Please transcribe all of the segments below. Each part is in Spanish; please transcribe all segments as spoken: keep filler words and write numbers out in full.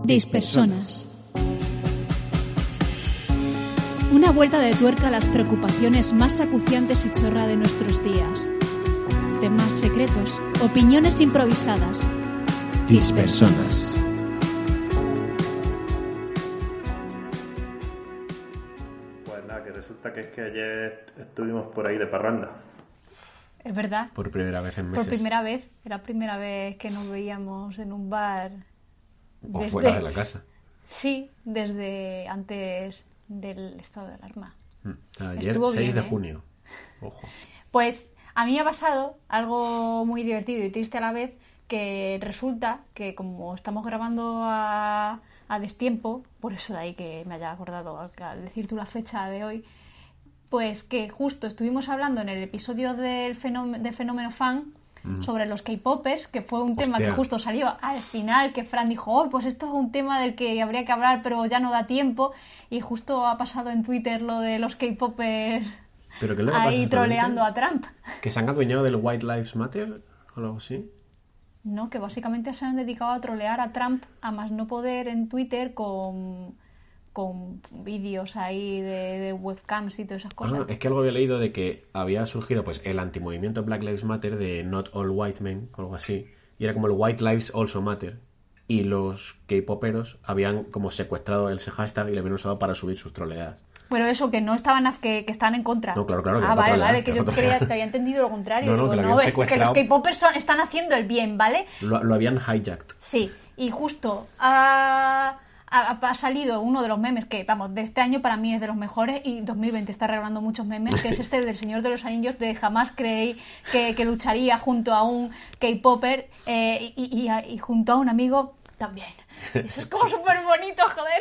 Dispersonas. Una vuelta de tuerca a las preocupaciones más acuciantes y chorra de nuestros días. Temas secretos, opiniones improvisadas. Dispersonas. Pues nada, que resulta que es que ayer estuvimos por ahí de parranda. Es verdad. Por primera vez en meses. Por primera vez. Era la primera vez que nos veíamos en un bar. O desde... fuera de la casa. Sí, desde antes del estado de alarma. Mm. Ayer, Estuvo seis bien, de ¿eh? junio. Ojo. Pues a mí me ha pasado algo muy divertido y triste a la vez, que resulta que como estamos grabando a, a destiempo, por eso de ahí que me haya acordado al, al decir tú la fecha de hoy, pues que justo estuvimos hablando en el episodio del fenómeno, de Fenómeno Fan mm. sobre los K-popers, que fue un tema Hostia. que justo salió al final, que Fran dijo, oh, pues esto es un tema del que habría que hablar, pero ya no da tiempo, y justo ha pasado en Twitter lo de los K-popers ¿Pero qué es lo que pasa ahí exactamente? troleando a Trump. ¿Que se han adueñado del White Lives Matter o algo así? No, que básicamente se han dedicado a trolear a Trump a más no poder en Twitter con, con vídeos ahí de, de webcams y todas esas cosas. Ah, es que algo había leído de que había surgido pues el antimovimiento Black Lives Matter de Not All White Men, o algo así, y era como el White Lives Also Matter, y los K-poperos habían como secuestrado ese hashtag y lo habían usado para subir sus troleadas. Pero eso, que no estaban, que, que están en contra. No, claro, claro. Que ah, vale, trolear, vale, que yo creía que había entendido lo contrario. No, no, Digo, que lo no, habían es secuestrado. que los K-popers son, están haciendo el bien, ¿vale? Lo, lo habían hijacked. Sí, y justo ha, ha, ha salido uno de los memes que, vamos, de este año para mí es de los mejores, y dos mil veinte está regalando muchos memes, que es este del Señor de los Anillos, de jamás creí que, que lucharía junto a un K-popper eh, y, y, y junto a un amigo también. Eso es como súper bonito, joder.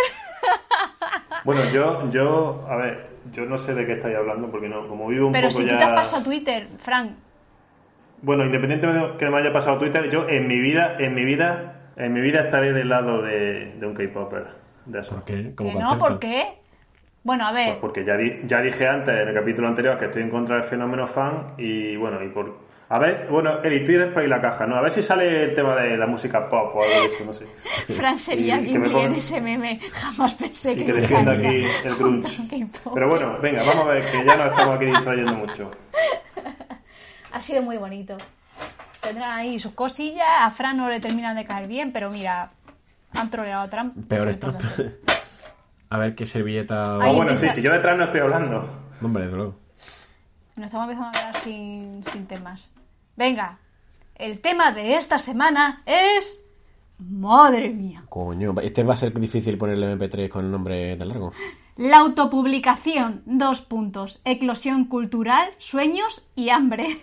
Bueno, yo, yo, a ver, yo no sé de qué estáis hablando, porque no, como vivo un Pero poco si ya... tú te has pasado Twitter, Frank. Bueno, independientemente de que me haya pasado Twitter, yo en mi vida, en mi vida, en mi vida estaré del lado de, de un K-popper, de eso. ¿Por qué? Como ¿Que no? concepto. ¿Por qué? Bueno, a ver. Pues porque ya, di, ya dije antes, en el capítulo anterior, que estoy en contra del fenómeno fan, y bueno, y por... A ver, bueno, Eli, tú eres para ir la caja, ¿no? A ver si sale el tema de la música pop o algo de eso, no sé. Fran sería Y que Gimli me ponga- en ese meme. Jamás pensé que Y que se defienda saliera aquí el grunge. un K-pop. Pero bueno, venga, vamos a ver, que ya nos estamos aquí distrayendo mucho. Ha sido muy bonito. Tendrán ahí sus cosillas. A Fran no le terminan de caer bien, pero mira, han troleado a Trump. Peor es Trump. A ver qué servilleta... Ahí Oh, bueno, empieza- sí, si yo detrás no estoy hablando. Hombre, de luego. Nos estamos empezando a quedar sin, sin temas. Venga, el tema de esta semana es... ¡Madre mía! Coño, este va a ser difícil ponerle eme pe tres con el nombre tan largo. La autopublicación, dos puntos, eclosión cultural, sueños y hambre.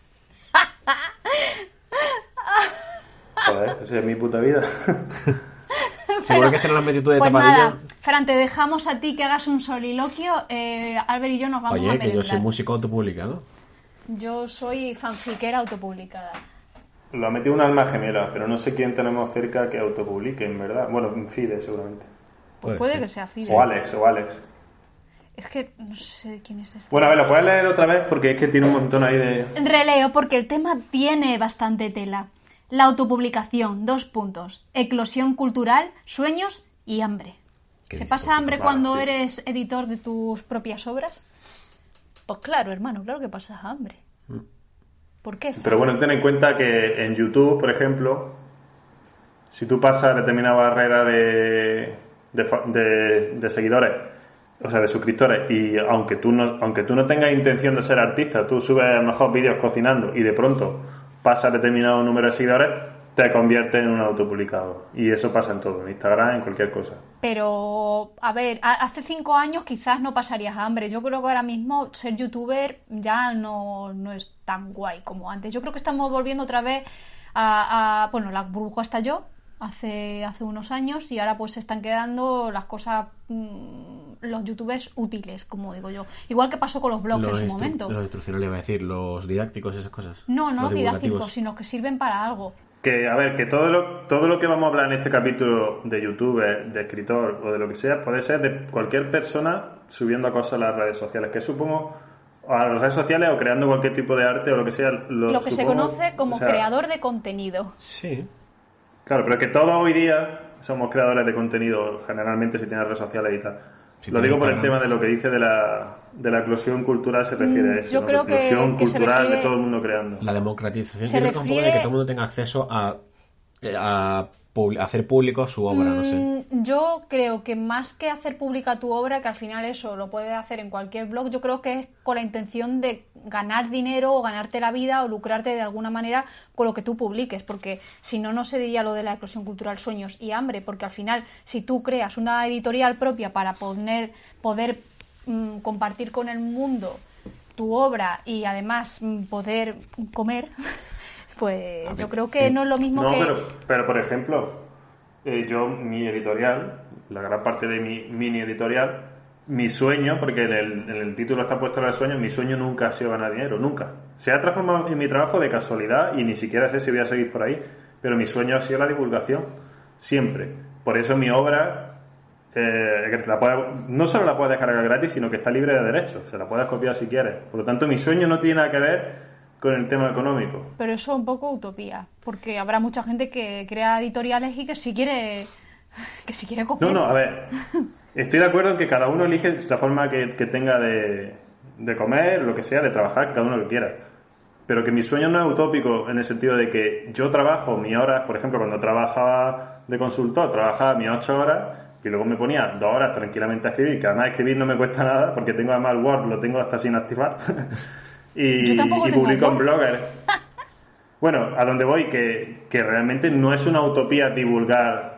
Joder, esa es mi puta vida. Seguro que este no lo has metido tú de Pues tapadillo. nada, Fran, te dejamos a ti que hagas un soliloquio. Eh, Albert y yo nos vamos a Oye, merendar. que yo soy músico autopublicado. Yo soy fanfiquera autopublicada. Lo ha metido un alma gemela, pero no sé quién tenemos cerca que autopublique, en verdad. Bueno, Fide, seguramente. Pues Puede puede ser. que sea Fide. O Alex, o Alex. Es que no sé quién es este. Bueno, a ver, ¿lo puedes leer otra vez? Porque es que tiene un montón ahí de... Releo porque el tema tiene bastante tela. La autopublicación, dos puntos, eclosión cultural, sueños y hambre. ¿Qué ¿Se dices? pasa hambre Vale, cuando sí. eres editor de tus propias obras? Pues claro, hermano, claro que pasas hambre. ¿Por qué? Pero bueno, ten en cuenta que en YouTube, por ejemplo, si tú pasas determinada barrera de, de, fa- de, de seguidores, o sea, de suscriptores, y aunque tú no aunque tú no tengas intención de ser artista, tú subes a lo mejor vídeos cocinando y de pronto pasas determinado número de seguidores, te conviertes en un autopublicado. Y eso pasa en todo, en Instagram, en cualquier cosa. Pero, a ver, a- hace cinco años quizás no pasarías hambre. Yo creo que ahora mismo ser youtuber ya no, no es tan guay como antes. Yo creo que estamos volviendo otra vez a... a bueno, la burbuja estalló hace, hace unos años y ahora pues se están quedando las cosas... Mmm, los youtubers útiles, como digo yo. Igual que pasó con los blogs Los en su instru- momento. Los instruccionales, iba a decir, los didácticos, esas cosas. No, no los didácticos, divulgativos. sino que sirven para algo. Que, a ver, que todo lo, todo lo que vamos a hablar en este capítulo de youtuber, de escritor o de lo que sea, puede ser de cualquier persona subiendo cosas a las redes sociales. Que supongo, a las redes sociales o creando cualquier tipo de arte o lo que sea. Lo, Lo que se supongo, conoce como o sea, creador de contenido. Sí. Claro, pero que todo hoy día, somos creadores de contenido, generalmente si tienes redes sociales y tal. Si lo digo por el Instagram. tema de lo que dice de la, de la eclosión cultural, se refiere a eso. Yo ¿no? creo La eclosión que- que se cultural refiere- de todo el mundo creando. La democratización Se yo creo que es un poco de refiere- que todo el mundo tenga acceso a, a, pub- a hacer público su obra, no sé. Mm, Yo creo que más que hacer pública tu obra, que al final eso lo puedes hacer en cualquier blog, yo creo que es con la intención de ganar dinero o ganarte la vida o lucrarte de alguna manera con lo que tú publiques, porque si no, no se diría lo de la eclosión cultural, sueños y hambre, porque al final, si tú creas una editorial propia para poner, poder mm, compartir con el mundo tu obra y además mm, poder comer, pues yo creo que no es lo mismo No, que... pero, pero por ejemplo, eh, yo, mi editorial, la gran parte de mi mini editorial, mi sueño, porque en el, en el título está puesto el sueño, mi sueño nunca ha sido ganar dinero, nunca. Se ha transformado en mi trabajo de casualidad y ni siquiera sé si voy a seguir por ahí, pero mi sueño ha sido la divulgación, siempre. Por eso mi obra, eh, que la puedes- no solo la puedes descargar gratis, sino que está libre de derechos, se la puedes copiar si quieres. Por lo tanto, mi sueño no tiene nada que ver con el tema económico. Pero eso es un poco utopía, porque habrá mucha gente que crea editoriales y que si quiere que si quiere copiar. No, no, a ver, estoy de acuerdo en que cada uno elige la forma que, que tenga de, de comer, lo que sea, de trabajar, que cada uno lo que quiera. Pero que mi sueño no es utópico en el sentido de que yo trabajo mis horas, por ejemplo, cuando trabajaba de consultor, trabajaba mis ocho horas y luego me ponía dos horas tranquilamente a escribir, que además escribir no me cuesta nada, porque tengo además el Word, lo tengo hasta sin activar. y, Yo tampoco y tengo publico en Word. Blogger. Bueno, a donde voy, que, que realmente no es una utopía divulgar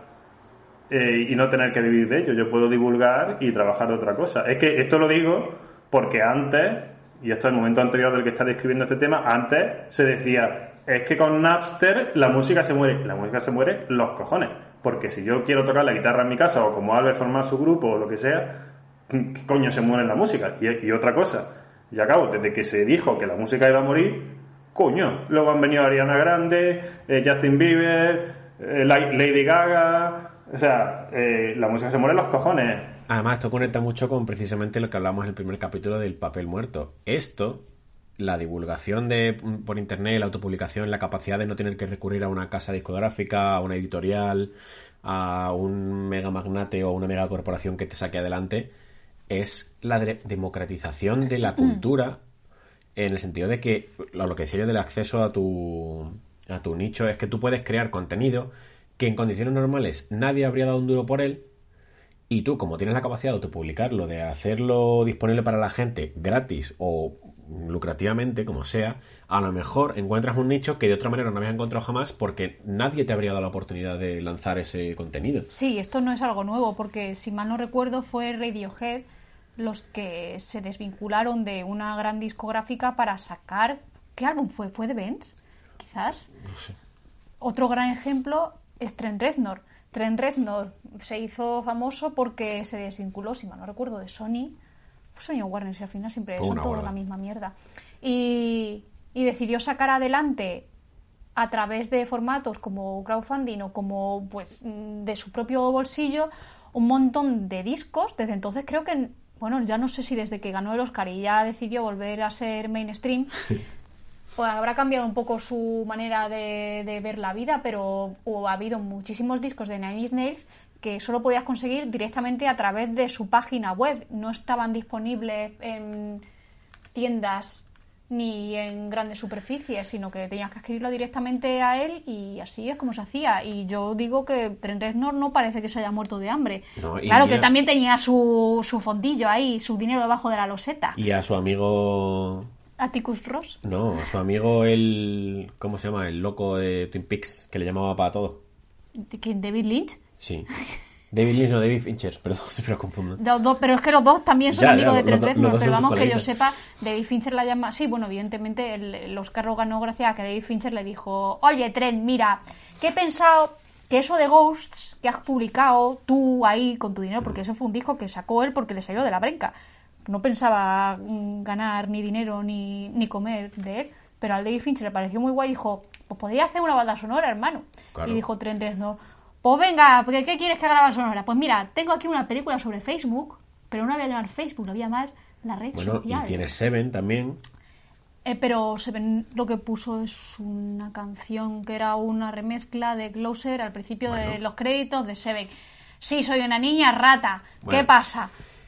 eh, y no tener que vivir de ello. Yo puedo divulgar y trabajar de otra cosa. Es que esto lo digo porque antes, y esto es el momento anterior del que está describiendo este tema, antes se decía, es que con Napster la música se muere. La música se muere los cojones. Porque si yo quiero tocar la guitarra en mi casa o como Albert formar su grupo o lo que sea, ¿qué coño se muere en la música? Y, y otra cosa, y acabo, desde que se dijo que la música iba a morir, coño, luego han venido Ariana Grande, eh, Justin Bieber, eh, Lady Gaga, o sea, eh, la música se muere en los cojones. Además, esto conecta mucho con precisamente lo que hablamos en el primer capítulo del papel muerto. Esto, la divulgación de por internet, la autopublicación, la capacidad de no tener que recurrir a una casa discográfica, a una editorial, a un mega magnate o una mega corporación que te saque adelante, es la de- democratización de la cultura, en el sentido de que, lo que decía yo del acceso a tu, a tu nicho, es que tú puedes crear contenido que en condiciones normales nadie habría dado un duro por él, y tú, como tienes la capacidad de autopublicarlo, de hacerlo disponible para la gente gratis o lucrativamente, como sea, a lo mejor encuentras un nicho que de otra manera no habías encontrado jamás porque nadie te habría dado la oportunidad de lanzar ese contenido. Sí, esto no es algo nuevo, porque si mal no recuerdo fue Radiohead los que se desvincularon de una gran discográfica para sacar... ¿Qué álbum fue? ¿Fue The Bends? Quizás. No sé. Otro gran ejemplo es Trent Reznor. Trent Reznor se hizo famoso porque se desvinculó, si mal no recuerdo, de Sony. Sony o Warner, si al final siempre Fue son una todo huelga. la misma mierda. Y, y decidió sacar adelante a través de formatos como crowdfunding o como pues de su propio bolsillo un montón de discos. Desde entonces creo que, bueno, ya no sé si desde que ganó el Oscar y ya decidió volver a ser mainstream, pues habrá cambiado un poco su manera de, de ver la vida, pero o ha habido muchísimos discos de Nine Inch Nails que solo podías conseguir directamente a través de su página web. No estaban disponibles en tiendas ni en grandes superficies, sino que tenías que escribirlo directamente a él y así es como se hacía. Y yo digo que Trent Reznor no parece que se haya muerto de hambre. No, y claro mira- que también tenía su, su fondillo ahí, su dinero debajo de la loseta. Y a su amigo... Atticus Ross. No, a su amigo el... ¿Cómo se llama? El loco de Twin Peaks, que le llamaba para todo. ¿Quién? ¿David Lynch? Sí. David Lynch, no, David Fincher, perdón, siempre lo confundo. Los dos, pero es que los dos también son Ya, amigos ya, de Trent los do- Reznor, los dos pero son sus vamos, que yo coleguitas. sepa, David Fincher la llama... Sí, bueno, evidentemente el, el Oscar lo ganó gracias a que David Fincher le dijo: oye, Trent, mira, que he pensado que eso de Ghosts que has publicado tú ahí con tu dinero, porque eso fue un disco que sacó él porque le salió de la brenca. No pensaba mm, ganar ni dinero ni, ni comer de él, pero al David Fincher le pareció muy guay y dijo: pues podría hacer una banda sonora, hermano. Claro. Y dijo Trent Reznor: pues venga, porque ¿qué quieres que haga la banda sonora? Pues mira, tengo aquí una película sobre Facebook, pero no la voy a llamar Facebook, la voy a llamar la red Bueno, social. y tienes Seven también. Eh, pero Seven lo que puso es una canción que era una remezcla de Closer al principio bueno. de los créditos de Seven. Sí, soy una niña rata. Bueno. ¿Qué pasa?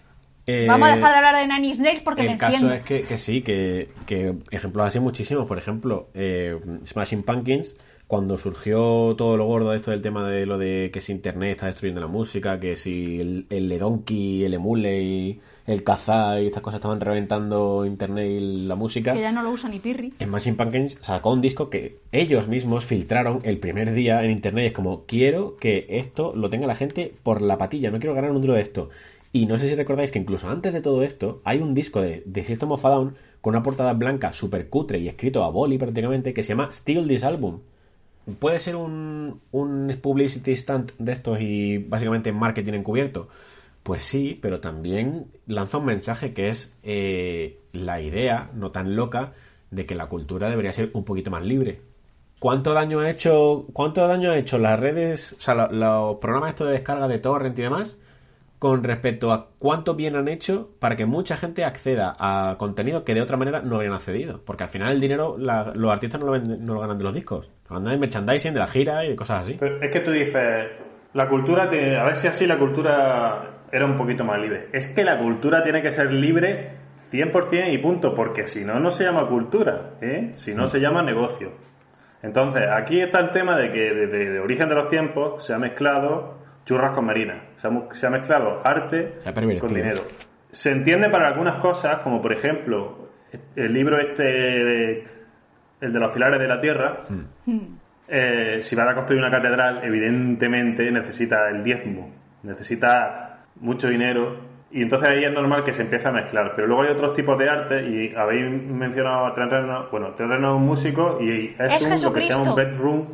Eh, Vamos a dejar de hablar de Nine Inch Nails porque el me caso enciendo. es que, que sí, que, que ejemplos así muchísimos. Por ejemplo, eh, Smashing Pumpkins, cuando surgió todo lo gordo de esto del tema de lo de que si internet está destruyendo la música, que si el, el Ledonki, el Emule y el Kazaa y estas cosas estaban reventando internet y la música, que ya no lo usa ni Pirri. Smashing Pumpkins sacó un disco que ellos mismos filtraron el primer día en internet y es como, quiero que esto lo tenga la gente por la patilla, no quiero ganar un duro de esto. Y no sé si recordáis que incluso antes de todo esto hay un disco de, de System of a Down con una portada blanca súper cutre y escrito a boli prácticamente que se llama Steal This Album. Puede ser un, un publicity stunt de estos y básicamente marketing encubierto. Pues sí, pero también lanza un mensaje que es eh, la idea, no tan loca, de que la cultura debería ser un poquito más libre. ¿Cuánto daño ha hecho, cuánto daño ha hecho las redes, o sea, los, los programas estos de descarga de torrent y demás, con respecto a cuánto bien han hecho para que mucha gente acceda a contenido que de otra manera no habrían accedido? Porque al final el dinero, la, los artistas no lo, venden, no lo ganan de los discos, lo ganan de merchandising, de la gira y de cosas así. Pero es que tú dices, la cultura, te, a ver si así la cultura era un poquito más libre. Es que la cultura tiene que ser libre cien por ciento y punto, porque si no, no se llama cultura, ¿eh? Si no, se llama negocio. Entonces, aquí está el tema de que desde el origen de los tiempos se ha mezclado churras con merinas. Se ha, se ha mezclado arte con dinero. Se entiende para algunas cosas, como por ejemplo el libro este, de, el de los pilares de la tierra. Mm. Eh, si vas a construir una catedral, evidentemente necesita el diezmo, necesita mucho dinero, y entonces ahí es normal que se empiece a mezclar. Pero luego hay otros tipos de arte, y habéis mencionado a Trent Reznor. Bueno, Trent Reznor es un músico y es, es un, lo que se llama un bedroom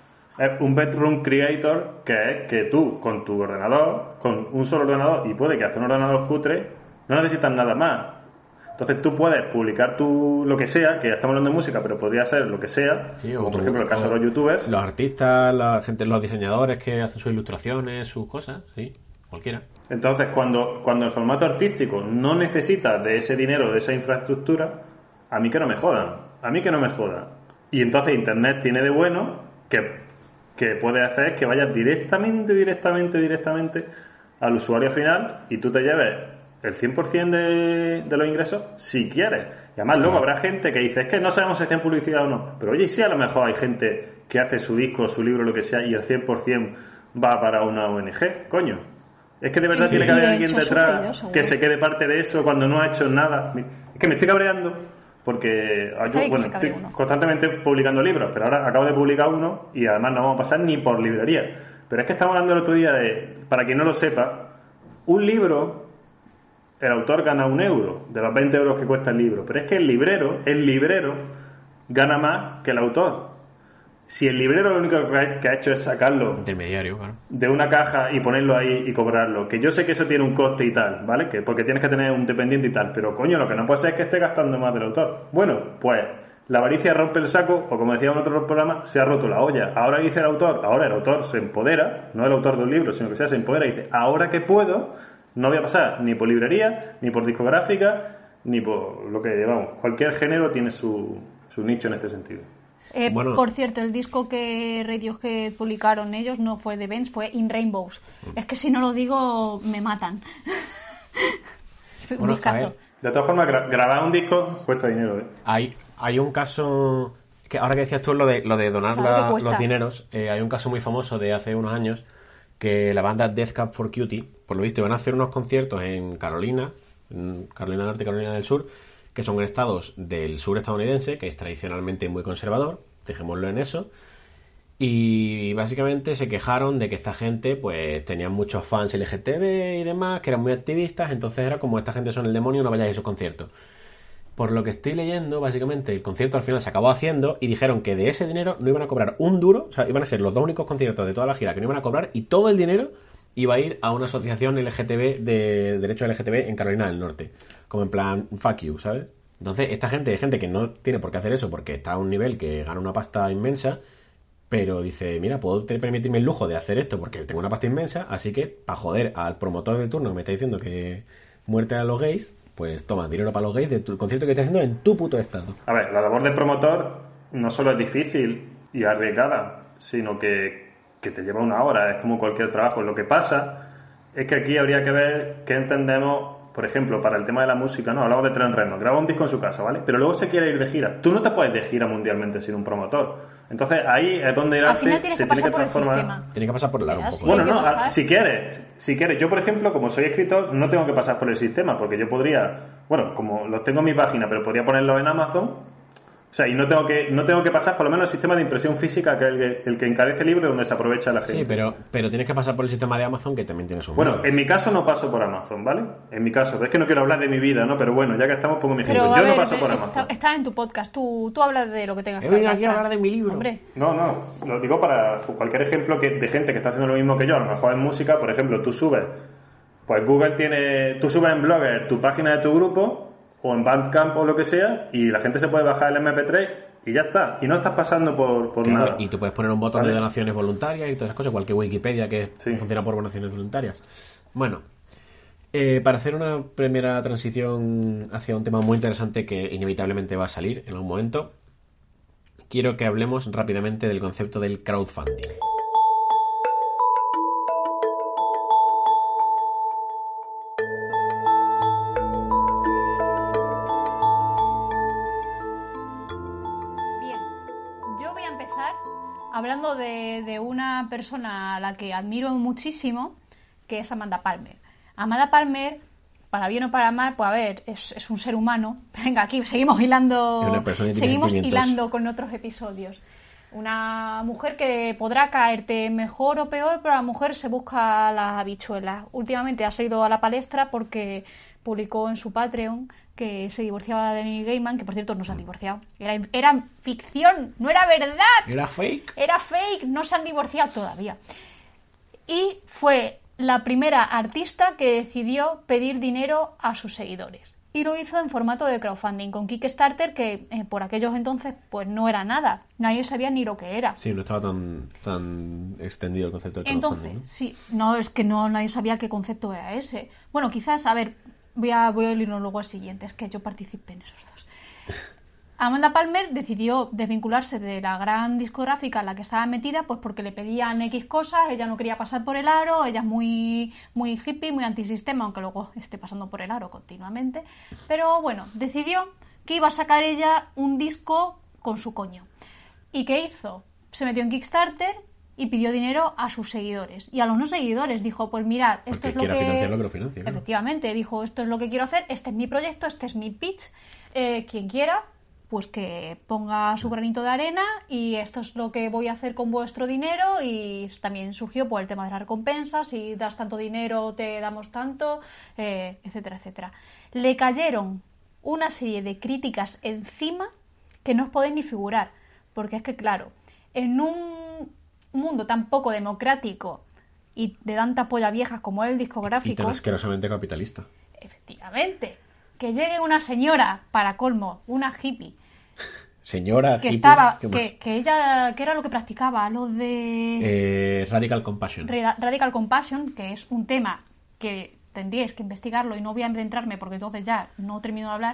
un bedroom creator, que es que tú con tu ordenador, con un solo ordenador, y puede que hace un ordenador cutre, no necesitas nada más. Entonces tú puedes publicar tu lo que sea, que ya estamos hablando de música, pero podría ser lo que sea, sí, como por ejemplo el caso de los youtubers, los artistas, la gente, los diseñadores que hacen sus ilustraciones, sus cosas, sí, cualquiera. Entonces cuando, cuando el formato artístico no necesita de ese dinero, de esa infraestructura, a mí que no me jodan, a mí que no me jodan. Y entonces internet tiene de bueno que que puede hacer que vayas directamente, directamente, directamente al usuario final y tú te lleves el cien por ciento de, de los ingresos si quieres. Y además luego habrá gente que dice, es que no sabemos si hacen publicidad o no. Pero oye, sí, a lo mejor hay gente que hace su disco, su libro, lo que sea, y el cien por ciento va para una O N G, coño. Es que de verdad sí, tiene que haber alguien detrás que se quede parte de eso cuando no ha hecho nada. Es que me estoy cabreando porque yo, bueno, estoy uno. constantemente publicando libros, pero ahora acabo de publicar uno y además no vamos a pasar ni por librería. Pero es que estamos hablando el otro día de, para quien no lo sepa, un libro, el autor gana un euro de los veinte euros que cuesta el libro, pero es que el librero, el librero gana más que el autor. Si el librero lo único que ha hecho es sacarlo intermediario, claro, de una caja y ponerlo ahí y cobrarlo, que yo sé que eso tiene un coste y tal, ¿vale? Que porque tienes que tener un dependiente y tal, pero coño, lo que no puede ser es que esté gastando más del autor. Bueno, pues la avaricia rompe el saco, o como decía en otro programa, se ha roto la olla. Ahora dice el autor, ahora el autor se empodera, no el autor de un libro, sino que sea, se empodera y dice, ahora que puedo, no voy a pasar ni por librería, ni por discográfica, ni por lo que llevamos. Cualquier género tiene su, su nicho en este sentido. Eh, bueno. Por cierto, el disco que Radiohead publicaron ellos no fue The Bends, fue In Rainbows. Es que si no lo digo, me matan. Bueno, un discazo. De todas formas, gra- grabar un disco cuesta dinero, ¿eh? Hay, hay un caso, que ahora que decías tú lo de, lo de donar claro la, los dineros, eh, hay un caso muy famoso de hace unos años que la banda Death Cab for Cutie, por lo visto, iban a hacer unos conciertos en Carolina, en Carolina del Norte y Carolina del Sur, que son estados del sur estadounidense, que es tradicionalmente muy conservador, dejémoslo en eso, y básicamente se quejaron de que esta gente pues tenían muchos fans L G T B y demás, que eran muy activistas, entonces era como esta gente son el demonio, no vayáis a esos conciertos. Por lo que estoy leyendo, básicamente el concierto al final se acabó haciendo y dijeron que de ese dinero no iban a cobrar un duro, o sea, iban a ser los dos únicos conciertos de toda la gira que no iban a cobrar, y todo el dinero iba a ir a una asociación L G T B de derechos L G T B en Carolina del Norte, como en plan fuck you, ¿sabes? Entonces esta gente hay gente que no tiene por qué hacer eso porque está a un nivel que gana una pasta inmensa, pero dice, mira, puedo permitirme el lujo de hacer esto porque tengo una pasta inmensa, así que para joder al promotor de turno que me está diciendo que muerte a los gays, pues toma, dinero para los gays del concierto que estás haciendo en tu puto estado. A ver, la labor de promotor no solo es difícil y arriesgada, sino que, que te lleva una hora, es como cualquier trabajo. Lo que pasa es que aquí habría que ver qué entendemos, por ejemplo, para el tema de la música, ¿no? Hablamos de Trent Reznor, graba un disco en su casa, ¿vale? Pero luego se quiere ir de gira. Tú no te puedes de gira mundialmente sin un promotor. Entonces ahí es donde el Al arte final tienes se que tiene que pasar por el transformar. sistema. Tiene que pasar por el aro un Ya, poco. sí. Bueno, hay que no, pasar. a- si quieres, si quieres. Yo, por ejemplo, como soy escritor, no tengo que pasar por el sistema, porque yo podría, bueno, como los tengo en mi página, pero podría ponerlos en Amazon. O sea, y no tengo que no tengo que pasar por lo menos el sistema de impresión física, que es el que, el que encarece el libro, donde se aprovecha la gente. Sí, pero, pero tienes que pasar por el sistema de Amazon, que también tiene su Bueno, mierda. en mi caso no paso por Amazon, ¿vale? En mi caso, es que no quiero hablar de mi vida, ¿no? Pero bueno, ya que estamos, pongo mi Pero, ejemplo. a Yo no ver, paso por está, Amazon. está en tu podcast. Tú, tú hablas de lo que tengas He que venido hablar. aquí a Fran. hablar de mi libro. Hombre, No, no, lo digo para cualquier ejemplo que, de gente que está haciendo lo mismo que yo, a lo mejor en música, por ejemplo, tú subes, pues Google tiene, tú subes en Blogger tu página de tu grupo, o en Bandcamp o lo que sea, y la gente se puede bajar el eme pe tres y ya está, y no estás pasando por, por Claro, nada. y tú puedes poner un botón Vale. de donaciones voluntarias y todas esas cosas, igual que Wikipedia, que Sí. funciona por donaciones voluntarias. Bueno, eh, para hacer una primera transición hacia un tema muy interesante que inevitablemente va a salir en algún momento, quiero que hablemos rápidamente del concepto del crowdfunding. bien. Yo voy a empezar hablando de, de una persona a la que admiro muchísimo, que es Amanda Palmer. Amanda Palmer, para bien o para mal, pues a ver, es, es un ser humano. Venga, aquí seguimos hilando, Es una persona y tiene seguimos sentimientos. hilando con otros episodios. Una mujer que podrá caerte mejor o peor, pero la mujer se busca las habichuelas. Últimamente ha salido a la palestra porque publicó en su Patreon que se divorciaba de Neil Gaiman, que por cierto no se han divorciado. Era, era ficción, no era verdad. ¿Era fake? Era fake, no se han divorciado todavía. Y fue la primera artista que decidió pedir dinero a sus seguidores. Y lo hizo en formato de crowdfunding, con Kickstarter, que eh, por aquellos entonces pues no era nada. Nadie sabía ni lo que era. Sí, no estaba tan, tan extendido el concepto de crowdfunding. Entonces, sí, no, es que no nadie sabía qué concepto era ese. Bueno, quizás, a ver, voy a, voy a irnos luego al siguiente, es que yo participé en esos dos. Amanda Palmer decidió desvincularse de la gran discográfica en la que estaba metida, pues porque le pedían X cosas, ella no quería pasar por el aro, ella es muy, muy hippie, muy antisistema, aunque luego esté pasando por el aro continuamente. Pero bueno, decidió que iba a sacar ella un disco con su coño. ¿Y qué hizo? Se metió en Kickstarter y pidió dinero a sus seguidores. Y a los no seguidores dijo, pues mirad, esto Porque es lo quiera que... financiarlo, que lo financie, claro. Efectivamente, dijo, esto es lo que quiero hacer, este es mi proyecto, este es mi pitch. Eh, quien quiera, pues que ponga su granito de arena y esto es lo que voy a hacer con vuestro dinero. Y también surgió por el tema de las recompensas, si das tanto dinero te damos tanto, eh, etcétera, etcétera. Le cayeron una serie de críticas encima que no os podéis ni figurar, porque es que claro, en un mundo tan poco democrático y de tanta polla viejas como el Y discográfico, tan asquerosamente capitalista. efectivamente, que llegue una señora, para colmo, una hippie, Señora que hippie, estaba, ¿qué más? que, que ella, que era lo que practicaba, lo de Eh, Radical Compassion. Ra- Radical Compassion, que es un tema que tendríais que investigarlo y no voy a adentrarme porque entonces ya no termino de hablar.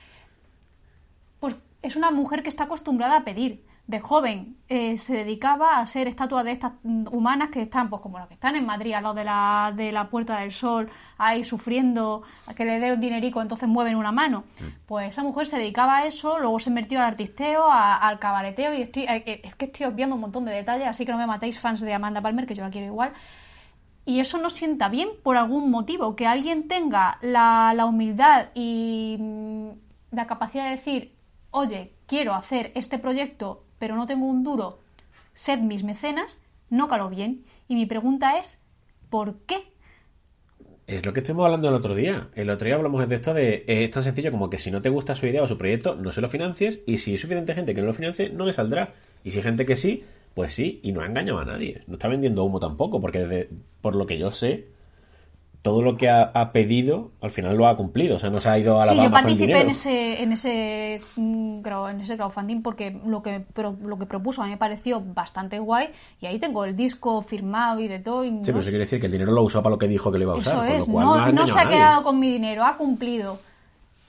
Pues es una mujer que está acostumbrada a pedir. De joven eh, se dedicaba a hacer estatuas de estas mm, humanas que están, pues como las que están en Madrid, al lado de la, de la Puerta del Sol, ahí sufriendo a que le dé un dinerico, entonces mueven una mano. Pues esa mujer se dedicaba a eso, luego se metió al artisteo, a- al cabareteo, y estoy, eh, es que estoy obviando un montón de detalles, así que no me matéis, fans de Amanda Palmer, que yo la quiero igual. Y eso no sienta bien por algún motivo, que alguien tenga la, la humildad y mm, la capacidad de decir, oye, quiero hacer este proyecto, pero no tengo un duro, sed mis mecenas, no caló bien. Y mi pregunta es, ¿por qué? Es lo que estuvimos hablando el otro día. El otro día hablamos de esto de... eh, es tan sencillo como que si no te gusta su idea o su proyecto, no se lo financies. Y si hay suficiente gente que no lo financie, no le saldrá. Y si hay gente que sí, pues sí. Y no ha engañado a nadie. No está vendiendo humo tampoco. Porque desde, por lo que yo sé, todo lo que ha, ha pedido, al final lo ha cumplido. O sea, no se ha ido a la Sí, yo Bahamas con el participé dinero. en ese, en ese mm, crowd- en ese crowdfunding porque lo que pro- lo que propuso a mí me pareció bastante guay y ahí tengo el disco firmado y de todo. Y Sí, no pero eso quiere decir que el dinero lo usó para lo que dijo que lo iba a usar. Eso con es, lo cual no, no, ha no engañado se a ha nadie. quedado con mi dinero, ha cumplido.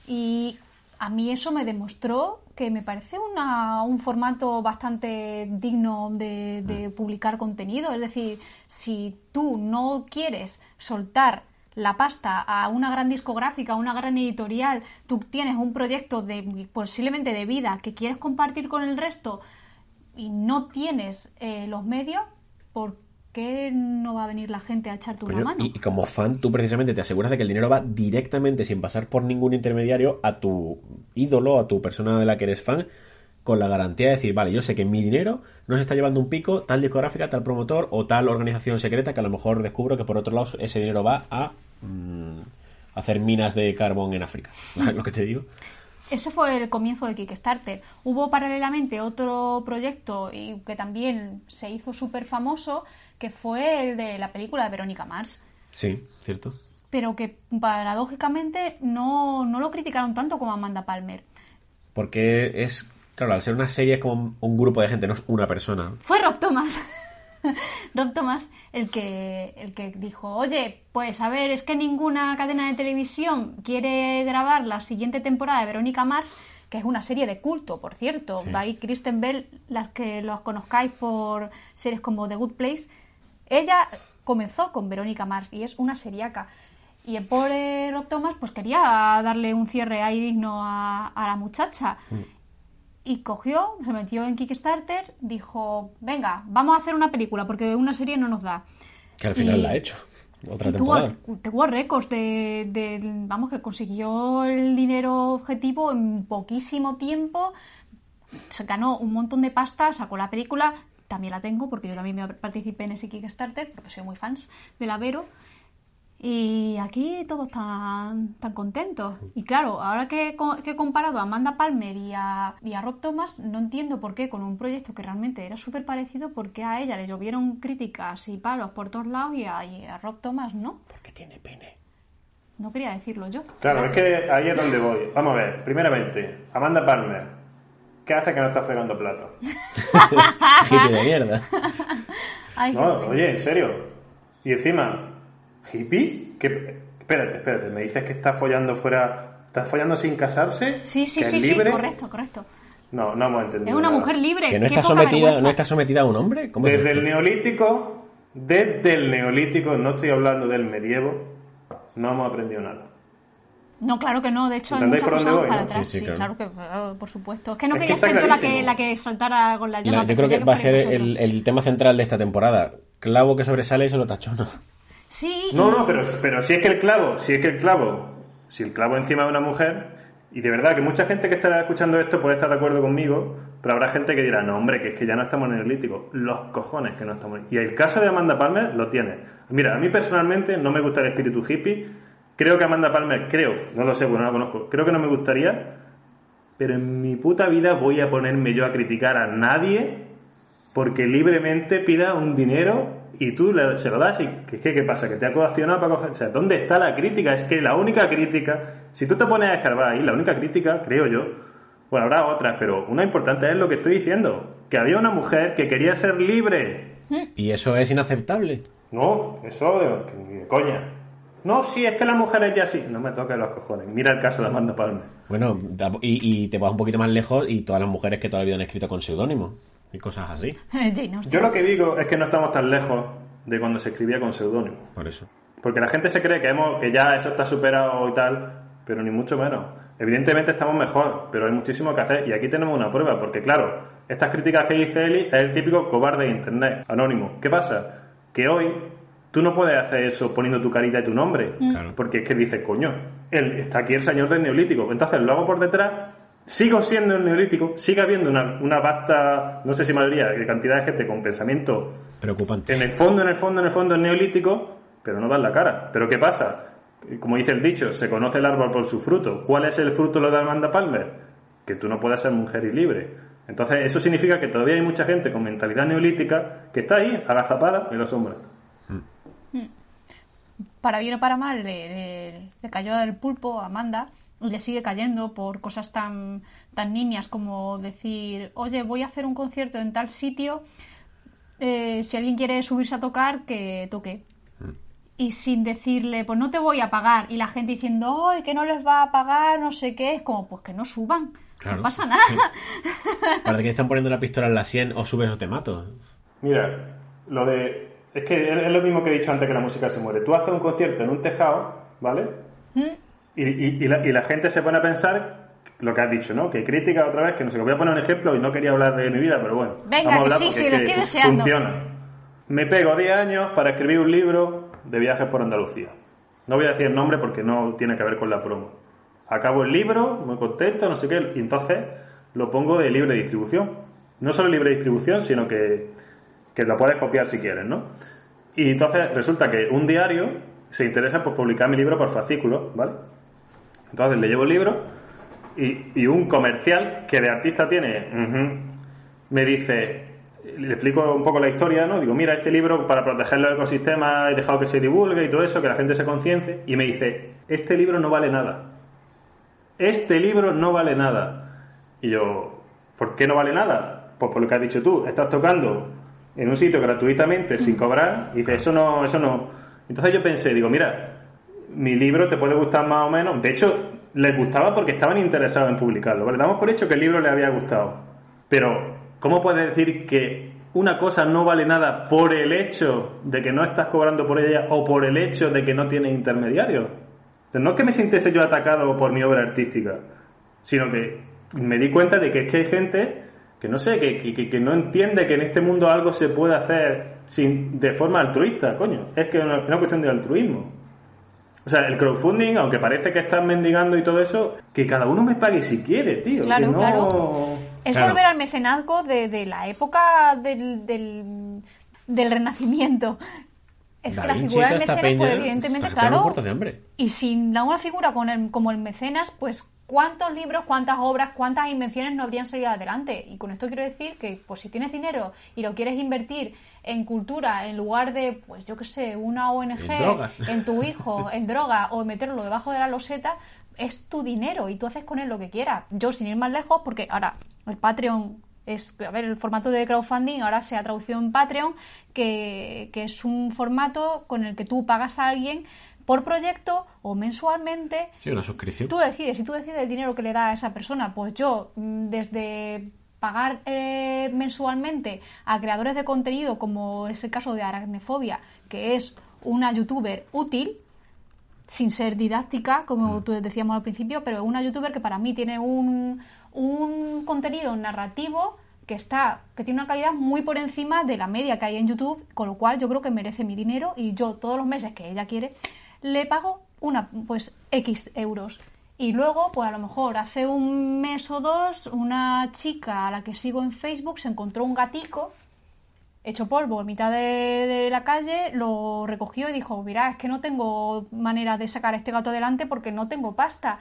Y a mí eso me demostró que me parece una, un formato bastante digno de, de publicar contenido. Es decir, si tú no quieres soltar la pasta a una gran discográfica, a una gran editorial, tú tienes un proyecto de posiblemente de vida que quieres compartir con el resto y no tienes eh, los medios, ¿por qué no va a venir la gente a echarte una mano? Y, y como fan, tú precisamente te aseguras de que el dinero va directamente, sin pasar por ningún intermediario, a tu ídolo, a tu persona de la que eres fan, con la garantía de decir, vale, yo sé que mi dinero no se está llevando un pico tal discográfica, tal promotor o tal organización secreta que a lo mejor descubro que por otro lado ese dinero va a mmm, hacer minas de carbón en África. ¿Sabes lo que te digo? Ese fue el comienzo de Kickstarter. Hubo paralelamente otro proyecto y que también se hizo súper famoso, que fue el de la película de Verónica Mars. Sí, cierto. Pero que paradójicamente no, no lo criticaron tanto como Amanda Palmer. Porque es... Claro, al ser una serie es como un grupo de gente, no es una persona. Fue Rob Thomas. Rob Thomas el que, el que dijo, oye, pues a ver, es que ninguna cadena de televisión quiere grabar la siguiente temporada de Verónica Mars, que es una serie de culto, por cierto. Sí. Ahí Kristen Bell, las que los conozcáis por series como The Good Place, ella comenzó con Verónica Mars y es una seriaca. Y el pobre Rob Thomas pues quería darle un cierre ahí digno a, a la muchacha. Mm. Y cogió, se metió en Kickstarter, dijo, venga, vamos a hacer una película porque una serie no nos da. Que al final y, la ha hecho, otra temporada. Tuvo, tuvo récords de, de, vamos, que consiguió el dinero objetivo en poquísimo tiempo, se ganó un montón de pasta, sacó la película, también la tengo porque yo también participé en ese Kickstarter porque soy muy fans de la Vero. Y aquí todos están tan contentos. Y claro, ahora que, que he comparado a Amanda Palmer y a, y a Rob Thomas, no entiendo por qué con un proyecto que realmente era súper parecido, por qué a ella le llovieron críticas y palos por todos lados y a, y a Rob Thomas no. Porque tiene pene. No quería decirlo yo. Claro, claro, es que ahí es donde voy. Vamos a ver, primeramente, Amanda Palmer, ¿qué hace que no está fregando platos? Hippie de mierda. Ay, no, oye, en serio. Y encima... ¿Hippie? ¿Qué? Espérate, espérate. ¿Me dices que está follando fuera... ¿Estás follando sin casarse? Sí, sí, ¿Que sí, es libre? sí, correcto, correcto. No, no hemos entendido Es una nada. mujer libre. ¿Que no está, sometida, ¿no está sometida a un hombre? ¿Cómo desde es esto? el neolítico, desde el neolítico, no estoy hablando del medievo, no hemos aprendido nada. No, claro que no. De hecho, hay muchas cosas para ¿no? atrás. Sí, sí, sí claro. claro que, oh, por supuesto. Es que no es quería que ser yo la que, la que saltara con la llama. La, yo creo que, que va a ser el, el tema central de esta temporada. Clavo que sobresale y se lo tachona. Sí. No, no, pero, pero si es que el clavo, si es que el clavo, si el clavo encima de una mujer, y de verdad que mucha gente que estará escuchando esto puede estar de acuerdo conmigo, pero habrá gente que dirá, no hombre, que es que ya no estamos en el neolítico. Los cojones que no estamos. Y el caso de Amanda Palmer lo tiene. Mira, a mí personalmente no me gusta el espíritu hippie. Creo que Amanda Palmer, creo, no lo sé porque no la conozco, creo que no me gustaría, pero en mi puta vida voy a ponerme yo a criticar a nadie porque libremente pida un dinero y tú le, se lo das y ¿qué, qué pasa? ¿Que te ha coaccionado para coger? O sea, ¿dónde está la crítica? Es que la única crítica, si tú te pones a escarbar ahí, la única crítica, creo yo, bueno, habrá otras, pero una importante es lo que estoy diciendo, que había una mujer que quería ser libre. ¿Y eso es inaceptable? No, eso de, de, de coña. No, sí, es que la mujer es ya así. No me toques los cojones. Mira el caso de Amanda Palmer. Bueno, y, y te vas un poquito más lejos y todas las mujeres que todavía han escrito con seudónimo y cosas así. Yo lo que digo es que no estamos tan lejos de cuando se escribía con seudónimo. Por eso. Porque la gente se cree que, hemos, que ya eso está superado y tal, pero ni mucho menos. Evidentemente estamos mejor, pero hay muchísimo que hacer. Y aquí tenemos una prueba, porque claro, estas críticas que dice Eli es el típico cobarde de internet, anónimo. ¿Qué pasa? Que hoy tú no puedes hacer eso poniendo tu carita y tu nombre. Claro. Porque es que dices, coño, él está aquí el señor del neolítico. Entonces lo hago por detrás, sigo siendo el neolítico, sigue habiendo una, una vasta, no sé si mayoría, de cantidad de gente con pensamiento preocupante. En el fondo, en el fondo, en el fondo es neolítico, pero no dan la cara. ¿Pero qué pasa? Como dice el dicho, se conoce el árbol por su fruto. ¿Cuál es el fruto lo de Amanda Palmer? Que tú no puedes ser mujer y libre. Entonces eso significa que todavía hay mucha gente con mentalidad neolítica que está ahí, agazapada en los hombros. Para bien o para mal, le, le, le cayó del pulpo a Amanda y le sigue cayendo por cosas tan, tan nimias como decir, oye, voy a hacer un concierto en tal sitio, eh, si alguien quiere subirse a tocar, que toque. y sin decirle, pues no te voy a pagar, y la gente diciendo, ¡ay, que no les va a pagar, no sé qué! Es como, pues que no suban, Claro, no pasa nada. sí. Parece que están poniendo la pistola en la sien, o subes o te mato. Mira, lo de... Es que es lo mismo que he dicho antes, que la música se muere. Tú haces un concierto en un tejado, ¿vale? ¿Mm? Y, y, y, la, y la gente se pone a pensar lo que has dicho, ¿no? Que crítica otra vez, que no sé, que voy a poner un ejemplo y no quería hablar de mi vida, pero bueno. Venga, vamos a hablar que sí, porque sí, es lo que estoy deseando. Funciona. Me pego diez años para escribir un libro de viajes por Andalucía. No voy a decir el nombre porque no tiene que ver con la promo. Acabo el libro, muy contento, no sé qué, y entonces lo pongo de libre distribución. No solo libre distribución, sino que, que lo puedes copiar si quieres, ¿no? Y entonces resulta que un diario se interesa por publicar mi libro por fascículos, ¿vale? Entonces le llevo el libro y, y un comercial que de artista tiene, uh-huh, me dice, le explico un poco la historia, ¿no? Digo, mira, este libro para proteger los ecosistemas he dejado que se divulgue y todo eso, que la gente se conciencie, y me dice, este libro no vale nada. Este libro no vale nada. Y yo, ¿por qué no vale nada? Pues por lo que has dicho tú, estás tocando en un sitio gratuitamente sin cobrar, y dice, eso no, eso no. Entonces yo pensé, digo, mira, mi libro te puede gustar más o menos. De hecho, les gustaba porque estaban interesados en publicarlo, ¿vale? Damos por hecho que el libro les había gustado. Pero, ¿cómo puedes decir que una cosa no vale nada por el hecho de que no estás cobrando por ella o por el hecho de que no tiene intermediarios? No es que me sintiese yo atacado por mi obra artística, sino que me di cuenta de que es que hay gente que no sé, que, que, que no entiende que en este mundo algo se puede hacer sin, de forma altruista, coño. Es que es una, una cuestión de altruismo. O sea, el crowdfunding, aunque parece que están mendigando y todo eso, que cada uno me pague si quiere, tío. Claro, que no... claro. Es Claro. volver al mecenazgo de, de la época del, del, del Renacimiento. Es Da que la Vinci, figura del toda esta mecenas, pues peña, evidentemente, están claro. muertos de hambre. Y sin la- una figura con el, como el mecenas, pues cuántos libros, cuántas obras, cuántas invenciones no habrían salido adelante. Y con esto quiero decir que, pues si tienes dinero y lo quieres invertir en cultura en lugar de, pues yo qué sé, una O N G, En drogas. en tu hijo, en droga o meterlo debajo de la loseta, es tu dinero y tú haces con él lo que quieras. Yo, sin ir más lejos, porque ahora el Patreon es, a ver, el formato de crowdfunding ahora se ha traducido en Patreon, que, que es un formato con el que tú pagas a alguien por proyecto o mensualmente. Sí, una suscripción. Tú decides, si tú decides el dinero que le da a esa persona, pues yo, mm, desde pagar eh, mensualmente a creadores de contenido, como es el caso de Aracnefobia, que es una youtuber útil, sin ser didáctica, como tú decíamos al principio, pero una youtuber que para mí tiene un, un contenido narrativo que está, que tiene una calidad muy por encima de la media que hay en YouTube, con lo cual yo creo que merece mi dinero y yo todos los meses que ella quiere le pago una, pues X euros. Y luego, pues a lo mejor hace un mes o dos, una chica a la que sigo en Facebook se encontró un gatico hecho polvo en mitad de, de la calle, lo recogió y dijo, mira, es que no tengo manera de sacar a este gato adelante porque no tengo pasta.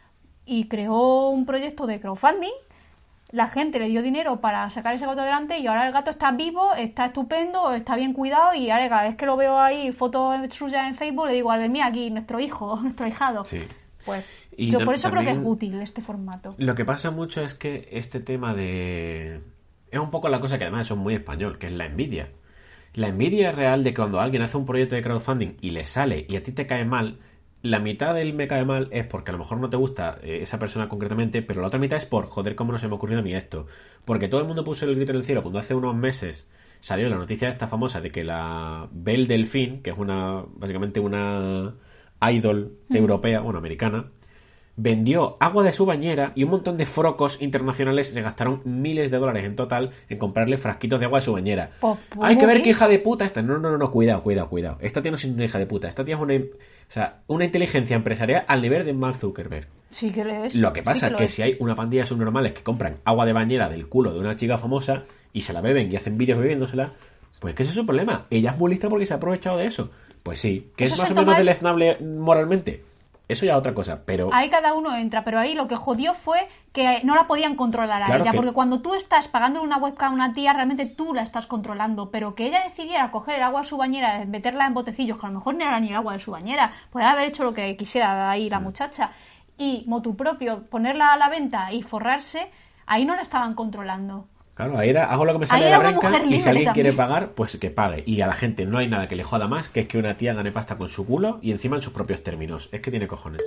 Y creó un proyecto de crowdfunding, la gente le dio dinero para sacar ese gato adelante y ahora el gato está vivo, está estupendo, está bien cuidado y ahora cada vez que lo veo ahí, fotos suyas en Facebook, le digo, Albert, mira aquí, nuestro hijo, nuestro ahijado. Sí. Pues Y yo tam- por eso creo que es también- útil este formato. Lo que pasa mucho es que este tema de... Es un poco la cosa que además es muy español, que es la envidia. La envidia real de que cuando alguien hace un proyecto de crowdfunding y le sale y a ti te cae mal, la mitad del me cae mal es porque a lo mejor no te gusta eh, esa persona concretamente, pero la otra mitad es por, joder, cómo no se me ha ocurrido a mí esto. Porque todo el mundo puso el grito en el cielo cuando hace unos meses salió la noticia esta famosa de que la Belle Delphine, que es una básicamente una idol europea, bueno, americana, vendió agua de su bañera y un montón de frocos internacionales se gastaron miles de dólares en total en comprarle frasquitos de agua de su bañera. Pues, Hay que muy ver bien. qué hija de puta esta. No, no, no, no, cuidado, cuidado, cuidado. Esta tía no es una hija de puta. Esta tía es una, o sea, una inteligencia empresarial al nivel de Mark Zuckerberg. Sí que lo es. Lo que pasa Sí es lo que si hay una pandilla de subnormales que compran agua de bañera del culo de una chica famosa y se la beben y hacen vídeos bebiéndosela, pues que ese es su problema. Ella es muy lista porque se ha aprovechado de eso. Pues sí, que Eso es más se o menos toma el- deleznable moralmente. Eso ya es otra cosa, pero... Ahí cada uno entra, pero ahí lo que jodió fue que no la podían controlar a Claro ella, que- porque cuando tú estás pagando una webcam a una tía, realmente tú la estás controlando, pero que ella decidiera coger el agua de su bañera, meterla en botecillos, que a lo mejor no era ni el agua de su bañera, podía haber hecho lo que quisiera ahí la muchacha, y motu propio, ponerla a la venta y forrarse, ahí no la estaban controlando. Claro, ahí era, hago lo que me sale de la renca y si alguien quiere pagar, pues que pague. Y a la gente no hay nada que le joda más que es que una tía gane pasta con su culo y encima en sus propios términos. Es que tiene cojones.